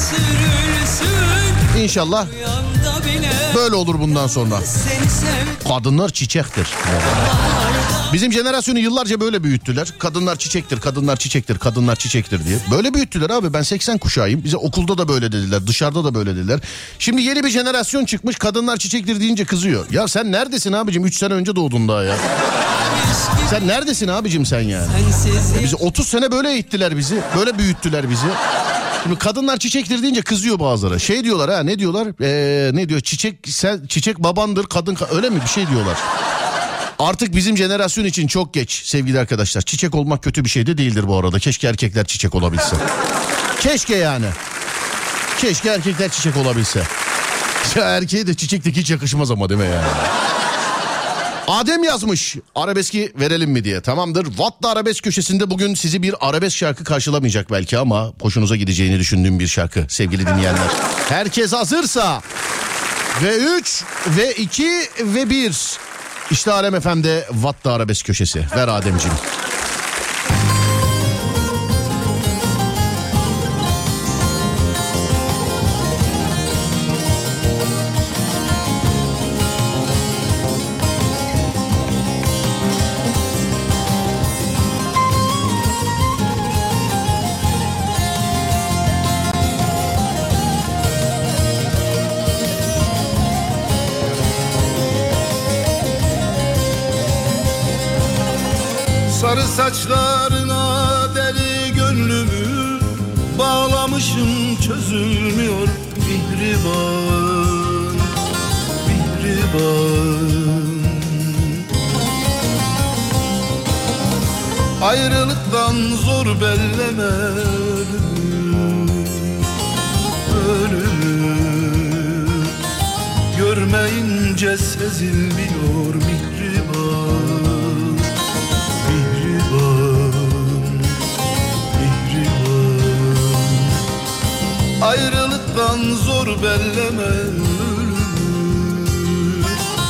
İnşallah böyle olur bundan sonra. Kadınlar çiçektir. Bizim jenerasyonu yıllarca böyle büyüttüler. Kadınlar çiçektir, kadınlar çiçektir, kadınlar çiçektir diye. Böyle büyüttüler abi. Ben seksen kuşağıyım. Bize okulda da böyle dediler, dışarıda da böyle dediler. Şimdi yeni bir jenerasyon çıkmış, kadınlar çiçektir deyince kızıyor. Ya sen neredesin abicim? üç sene önce doğdun daha ya. Sen neredesin abicim sen yani? Bizi otuz sene böyle eğittiler bizi. Böyle büyüttüler bizi. Şimdi kadınlar çiçektir deyince kızıyor bazıları. Şey diyorlar ha, ne diyorlar? Ee, ne diyor? Çiçek sen, çiçek babandır, kadın ka- öyle mi bir şey diyorlar. Artık bizim jenerasyon için çok geç sevgili arkadaşlar. Çiçek olmak kötü bir şey de değildir bu arada. Keşke erkekler çiçek olabilse. Keşke yani. Keşke erkekler çiçek olabilse. Ya erkeğe de çiçeklik hiç yakışmaz ama değil mi yani? Adem yazmış arabeski verelim mi diye. Tamamdır. Watt'ta arabesk köşesinde bugün sizi bir arabesk şarkı karşılamayacak belki ama hoşunuza gideceğini düşündüğüm bir şarkı sevgili dinleyenler. Herkes hazırsa ve üç ve iki ve bir. İşte Alem F M'de Watt'ta arabesk köşesi. Ver Ademciğim. Sarı saçlarına deli gönlümü bağlamışım, çözülmüyor mihriban, mihriban. Ayrılıktan zor belleme ölümü, ölümü. Görmeyince sezilmiyor mihriban. Ayrılıktan zor belleme ölümü,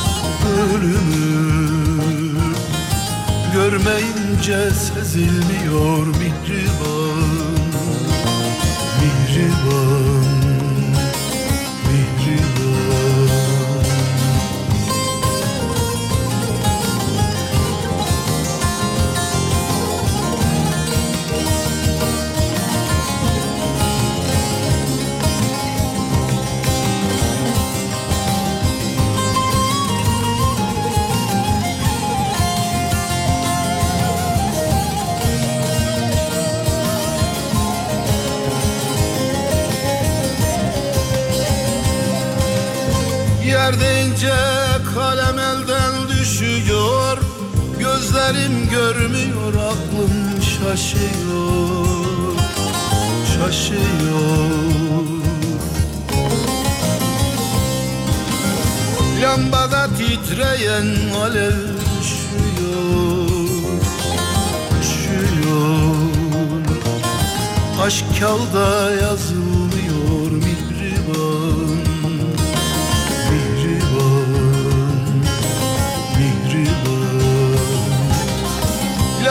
ölümü. Görmeyince sezilmiyor mihriban, mihriban, mihriban. Yer deyince kalem elden düşüyor, gözlerim görmüyor, aklım şaşıyor, şaşıyor. Lambada titreyen alev üşüyor, üşüyor. Aşk kağıda yazılmıyor mihriban,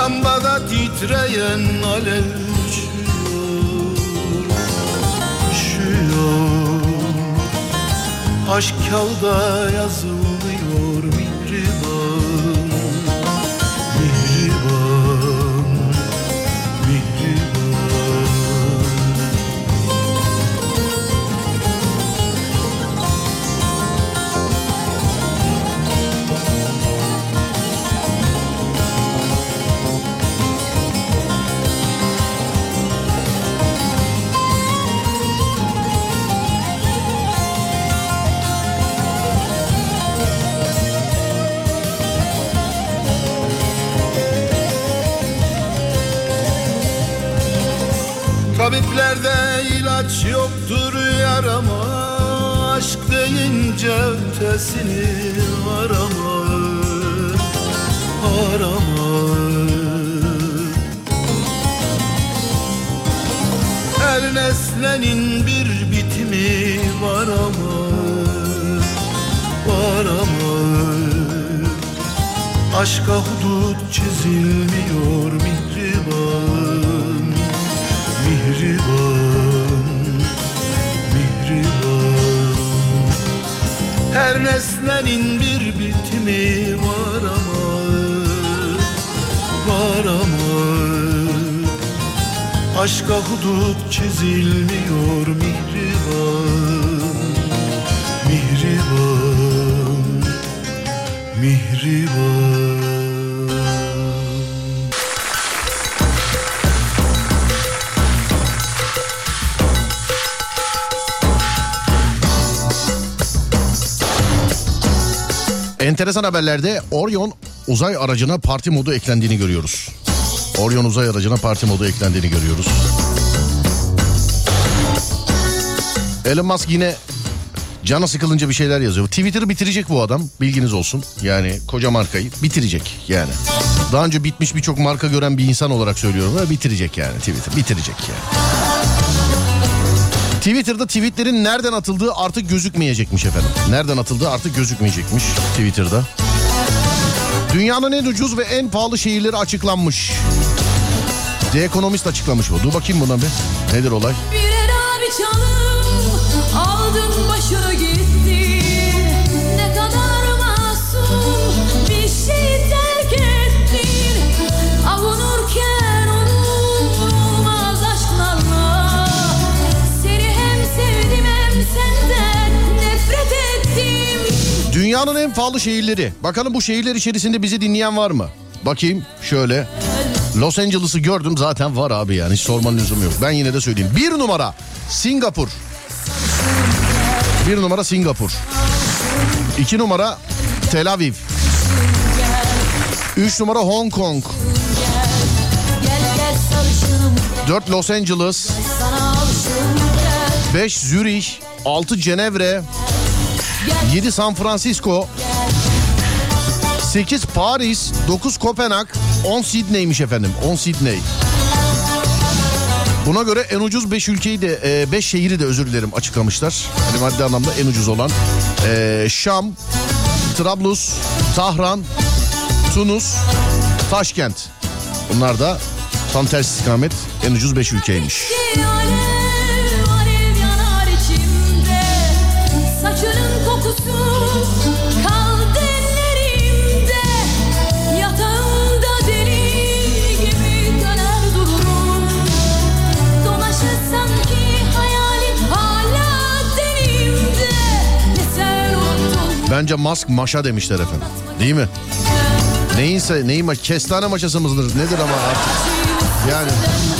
Lambada titreyen alev üşüyor, üşüyor. Aşk kağıda yazılmıyor mihriban, mihriban, mihriban. Tabiplerde ilaç yoktur yarama, aşk deyince ötesini arama, arama. Her nesnenin bir bitimi var ama, var ama. Aşka hudut çizilmiyor mihriban, mihriban, mihriban. Her nesnenin bir bitimi var ama, var ama. Aşka hudut çizilmiyor mihriban, mihriban, mihriban. Enteresan haberlerde Orion uzay aracına parti modu eklendiğini görüyoruz. Orion uzay aracına parti modu eklendiğini görüyoruz. Elon Musk yine cana sıkılınca bir şeyler yazıyor. Twitter'ı bitirecek bu adam, bilginiz olsun. Yani koca markayı bitirecek yani. Daha önce bitmiş birçok marka gören bir insan olarak söylüyorum ama bitirecek yani Twitter, bitirecek yani. Twitter'da tweetlerin nereden atıldığı artık gözükmeyecekmiş efendim. Nereden atıldığı artık gözükmeyecekmiş Twitter'da. Dünyanın en ucuz ve en pahalı şehirleri açıklanmış. The Economist açıklamış bu. Dur bakayım buna bir. Nedir olay? Birer abi canım aldın başını gittin. Ne kadar masum bir şey terk ettin. Avunurken olmaz aşklarla. Seni hem sevdim hem senden nefret ettim. Dünyanın en pahalı şehirleri. Bakalım bu şehirler içerisinde bizi dinleyen var mı? Bakayım şöyle. Los Angeles'ı gördüm, zaten var abi yani, hiç sormanın lüzumu yok. Ben yine de söyleyeyim. Bir numara Singapur. Bir numara Singapur. İki numara Tel Aviv. Üç numara Hong Kong. Dört Los Angeles. Beş Zürih. Altı Cenevre. Yedi San Francisco. sekiz Paris. dokuz Kopenhag. on Sydney'miş efendim. on Sydney. Buna göre en ucuz beş ülkeyi de beş şehri de özür dilerim açıklamışlar. Hani maddi anlamda en ucuz olan ee, Şam, Trablus, Tahran, Tunus, Taşkent. Bunlar da tam ters istikamet en ucuz beş ülkeymiş. Saçının kokusu kaldı ellerimde. Yatağımda deli gibi döner dururum. Dolaşır sanki hayalin hala denimde. Ne sen unuttun. Bence Musk maşa demişler efendim. Değil mi? Neyinse neyin maç, kestane maşası mıdır nedir ama artık. Yani.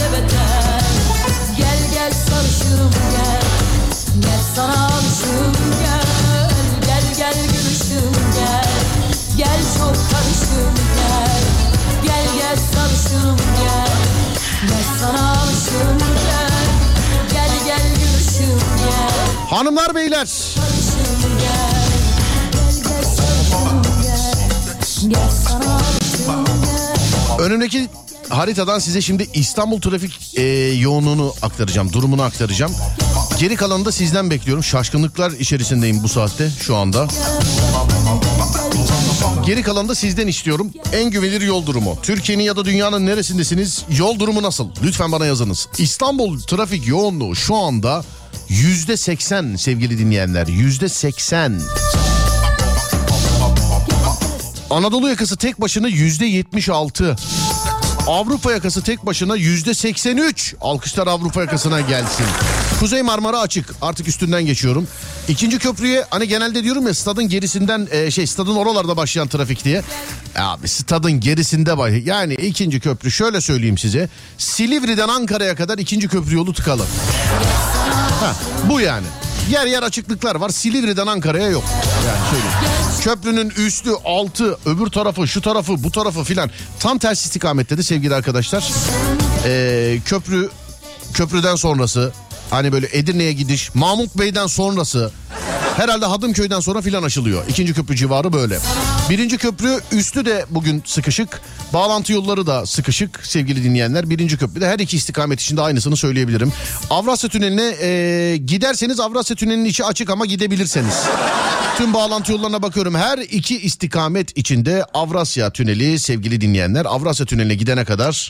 Gel gel sarışınım gel. Gel sana alışım gel. Gel gel gülüşüm gel. Gel çok karışım gel. Gel gel sarışınım gel. Gel sana alışım gel. Gel gel gülüşüm gel. Hanımlar beyler. Sarışım gel. Gel gel sarışınım gel. Gel sana alışım gel. Önümdeki haritadan size şimdi İstanbul trafik e, yoğunluğunu aktaracağım, durumunu aktaracağım. Geri kalanını da sizden bekliyorum. Şaşkınlıklar içerisindeyim bu saatte şu anda. Geri kalanı da sizden istiyorum. En güvenilir yol durumu. Türkiye'nin ya da dünyanın neresindesiniz? Yol durumu nasıl? Lütfen bana yazınız. İstanbul trafik yoğunluğu şu anda yüzde seksen sevgili dinleyenler. Yüzde seksen. Anadolu yakası tek başına yüzde yetmiş altı. Avrupa yakası tek başına yüzde seksen üç. Alkışlar Avrupa yakasına gelsin. Kuzey Marmara açık. Artık üstünden geçiyorum. İkinci köprüye hani genelde diyorum ya stadın gerisinden e, şey stadın oralarda başlayan trafik diye. Abi stadın gerisinde bay. Yani ikinci köprü şöyle söyleyeyim size. Silivri'den Ankara'ya kadar ikinci köprü yolu tıkalı. Ha, bu yani. Yer yer açıklıklar var. Silivri'den Ankara'ya yok. Yani söyleyeyim. Köprünün üstü, altı, öbür tarafı, şu tarafı, bu tarafı filan. Tam ters istikamette de sevgili arkadaşlar. Ee, köprü, köprüden sonrası. Hani böyle Edirne'ye gidiş, Mahmut Bey'den sonrası. Herhalde Hadımköy'den sonra filan açılıyor. İkinci köprü civarı böyle. Birinci köprü üstü de bugün sıkışık. Bağlantı yolları da sıkışık sevgili dinleyenler. Birinci köprüde her iki istikamet için de aynısını söyleyebilirim. Avrasya Tüneli'ne e, giderseniz Avrasya Tüneli'nin içi açık ama gidebilirseniz. Tüm bağlantı yollarına bakıyorum. Her iki istikamet içinde Avrasya Tüneli sevgili dinleyenler. Avrasya Tüneli'ne gidene kadar...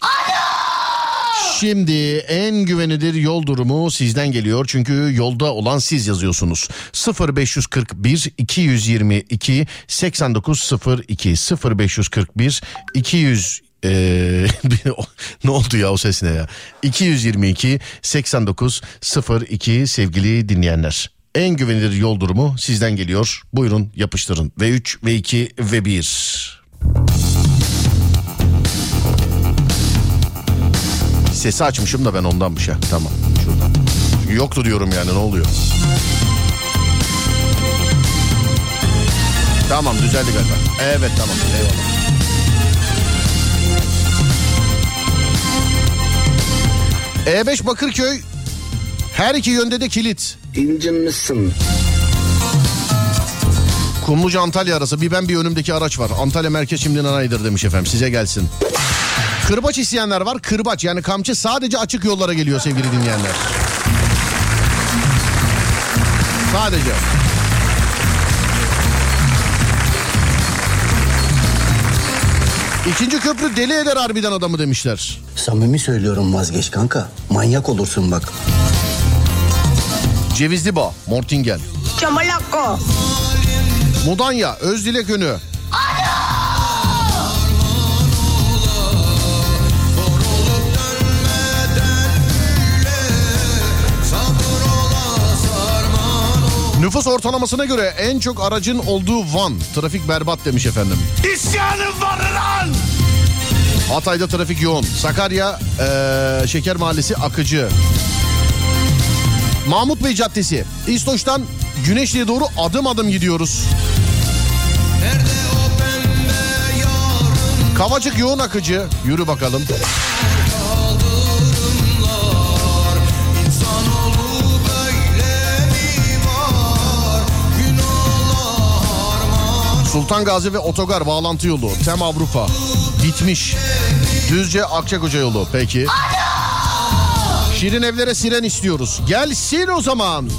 Şimdi en güvenilir yol durumu sizden geliyor. Çünkü yolda olan siz yazıyorsunuz. sıfır beş kırk bir iki yüz yirmi iki seksen dokuz sıfır iki sıfır beş kırk bir iki yüz Ee, ne oldu ya o ses ne ya? iki yüz yirmi iki seksen dokuz sıfır iki sevgili dinleyenler. En güvenilir yol durumu sizden geliyor. Buyurun yapıştırın. V üç, V iki, V bir. Sesi açmışım da ben ondanmış ya. Tamam şuradan. Yoktu diyorum yani ne oluyor? Tamam düzeldi galiba. Evet tamam eyvallah. E beş Bakırköy her iki yönde de kilit. İncinmişsin. Kumluca Antalya arası bir ben bir önümdeki araç var. Antalya merkez şimdi nanaydır demiş efendim size gelsin. Kırbaç isteyenler var. Kırbaç yani kamçı sadece açık yollara geliyor sevgili dinleyenler. Sadece. İkinci köprü deli eder harbiden adamı demişler. Samimi söylüyorum vazgeç kanka. Manyak olursun bak. Cevizli Bağ, Mortingen. Çamalakko. Mudanya, Özdilek Önü. Nüfus ortalamasına göre en çok aracın olduğu Van. Trafik berbat demiş efendim. İsyanım var lan! Hatay'da trafik yoğun. Sakarya ee, Şeker Mahallesi akıcı. Mahmut Bey Caddesi. İstoç'tan Güneşli'ye doğru adım adım gidiyoruz. Kavacık yoğun akıcı. Yürü bakalım. Sultan Gazi ve Otogar bağlantı yolu. Tem Avrupa. Bitmiş. Düzce Akçakoca yolu. Peki. Şirin evlere siren istiyoruz. Gelsin o zaman.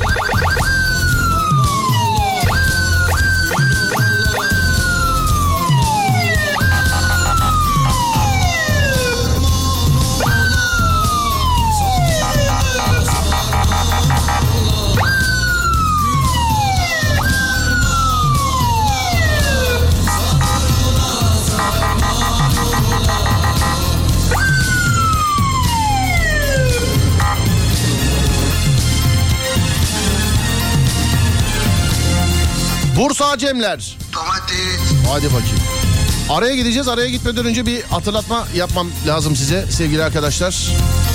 Bursa Acemler. Domates. Hadi bakayım. Araya gideceğiz. Araya gitmeden önce bir hatırlatma yapmam lazım size sevgili arkadaşlar.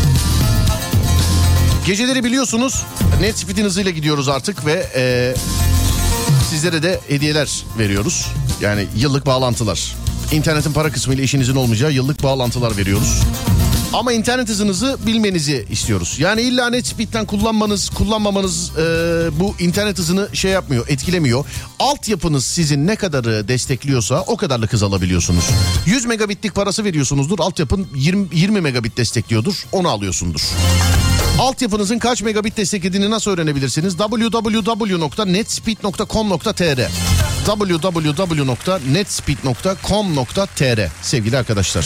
Geceleri biliyorsunuz NetSpeed'in hızıyla gidiyoruz artık ve e, sizlere de hediyeler veriyoruz. Yani yıllık bağlantılar. İnternetin para kısmıyla işinizin olmayacağı yıllık bağlantılar veriyoruz. Ama internet hızınızı bilmenizi istiyoruz. Yani illa NetSpeed'den kullanmanız, kullanmamanız e, bu internet hızını şey yapmıyor, etkilemiyor. Altyapınız sizin ne kadarı destekliyorsa o kadarlık hız alabiliyorsunuz. yüz megabitlik parası veriyorsunuzdur. Altyapın yirmi, yirmi megabit destekliyordur. Onu alıyorsundur. Altyapınızın kaç megabit desteklediğini nasıl öğrenebilirsiniz? double-u double-u double-u nokta netspeed nokta com nokta t r double-u double-u double-u nokta netspeed nokta com nokta t r sevgili arkadaşlar.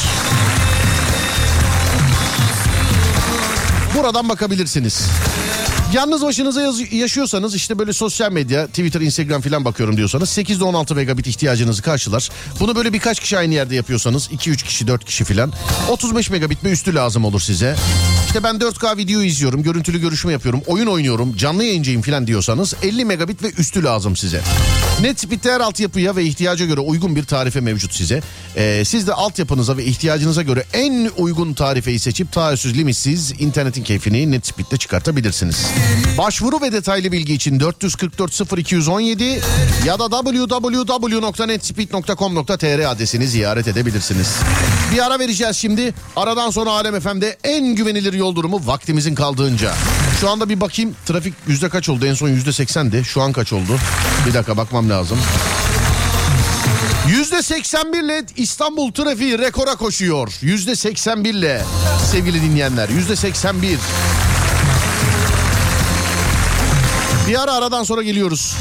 Buradan bakabilirsiniz. Yalnız başınıza yaz- yaşıyorsanız işte böyle sosyal medya, Twitter, Instagram falan bakıyorum diyorsanız sekiz ile on altı megabit ihtiyacınızı karşılar. Bunu böyle birkaç kişi aynı yerde yapıyorsanız iki üç kişi dört kişi falan otuz beş megabit ve üstü lazım olur size. İşte ben dört K video izliyorum, görüntülü görüşme yapıyorum, oyun oynuyorum, canlı yayıncıyım falan diyorsanız elli megabit ve üstü lazım size. Netspeed'de her altyapıya ve ihtiyaca göre uygun bir tarife mevcut size. Ee, siz de altyapınıza ve ihtiyacınıza göre en uygun tarifeyi seçip taahhütsüz, limitsiz internetin keyfini Netspeed'de çıkartabilirsiniz. Başvuru ve detaylı bilgi için dört yüz kırk dört sıfır iki yüz on yedi ya da double-u double-u double-u nokta netspeed nokta com nokta t r adresini ziyaret edebilirsiniz. Bir ara vereceğiz şimdi. Aradan sonra Alem F M'de en güvenilir yol durumu vaktimizin kaldığınca. Şu anda bir bakayım, trafik yüzde kaç oldu? En son yüzde seksendi. Şu an kaç oldu? Bir dakika bakmam lazım. yüzde seksen bir ile İstanbul trafiği rekora koşuyor. yüzde seksen bir ile sevgili dinleyenler. yüzde seksen bir. Bir ara aradan sonra geliyoruz.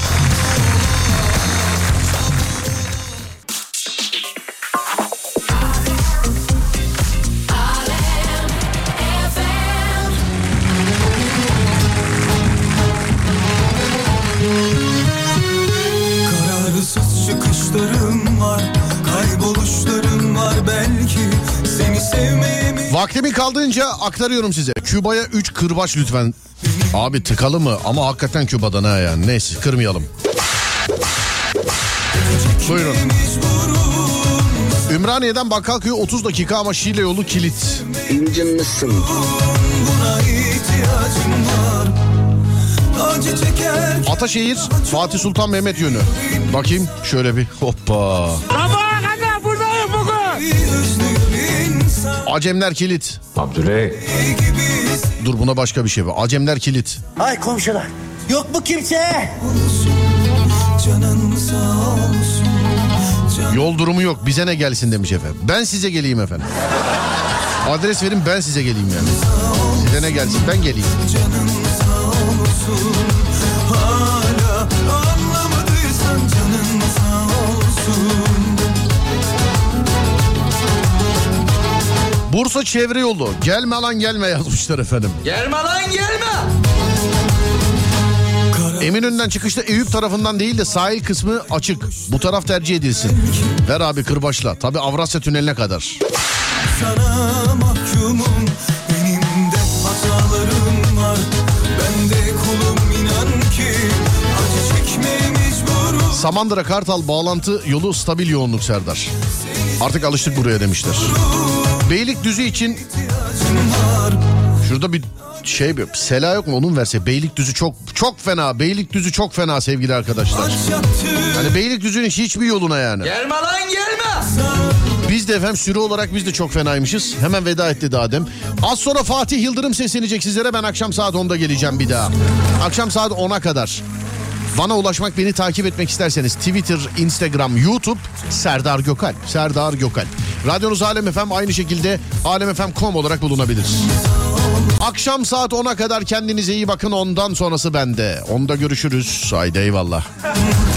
Kararsız çıkışlarım var, kayboluşlarım var belki seni sevmeye. Vaktimi kaldığınca aktarıyorum size. Küba'ya üç kırbaç lütfen. Abi tıkalı mı? Ama hakikaten Küba'dan ha yani. Neyse kırmayalım. Buyurun. Ümraniye'den Bakkalköy'e otuz dakika ama Şile yolu kilit. İncinmişsin. Ataşehir Fatih Sultan Mehmet yönü. Bakayım şöyle bir hoppa. Sabaha kadar buradayım bugün. Acemler kilit. Abdüley. Dur buna başka bir şey var. Acemler kilit. Ay komşular. Yok mu kimse? Yol durumu yok. Bize ne gelsin demiş efendim. Ben size geleyim efendim. Adres verin ben size geleyim yani. Size ne gelsin ben geleyim. Hala anlamadıysan canın sağ olsun. Bursa çevre yolu. Gelme lan gelme yazmışlar efendim. Gelme lan gelme. Eminönü'nden çıkışta Eyüp tarafından değil de sahil kısmı açık. Bu taraf tercih edilsin. Ver abi kırbaçla. Tabi Avrasya Tüneli'ne kadar. Sana mahkumum, benim de hatalarım var. Ben de kulum inan ki acı çekmeye mecburum. Samandıra Kartal bağlantı yolu stabil yoğunluk Serdar. Artık alıştık buraya demişler. Beylikdüzü için şurada bir şey bir sela yok mu onun verse. Beylikdüzü çok çok fena. Beylikdüzü çok fena sevgili arkadaşlar. Yani Beylikdüzü'nün hiçbir yoluna yani. Gelme lan gelme. Biz de efendim sürü olarak biz de çok fenaymışız. Hemen veda etti dedi Adem. Az sonra Fatih Yıldırım seslenecek sizlere. Ben akşam saat onda geleceğim bir daha. Akşam saat ona kadar. Bana ulaşmak, beni takip etmek isterseniz Twitter, Instagram, YouTube Serdar Gökalp. Serdar Gökalp. Radyonuz Alem F M aynı şekilde alem f m nokta com olarak bulunabilir. Akşam saat ona kadar kendinize iyi bakın. Ondan sonrası bende. Onda görüşürüz. Haydi eyvallah.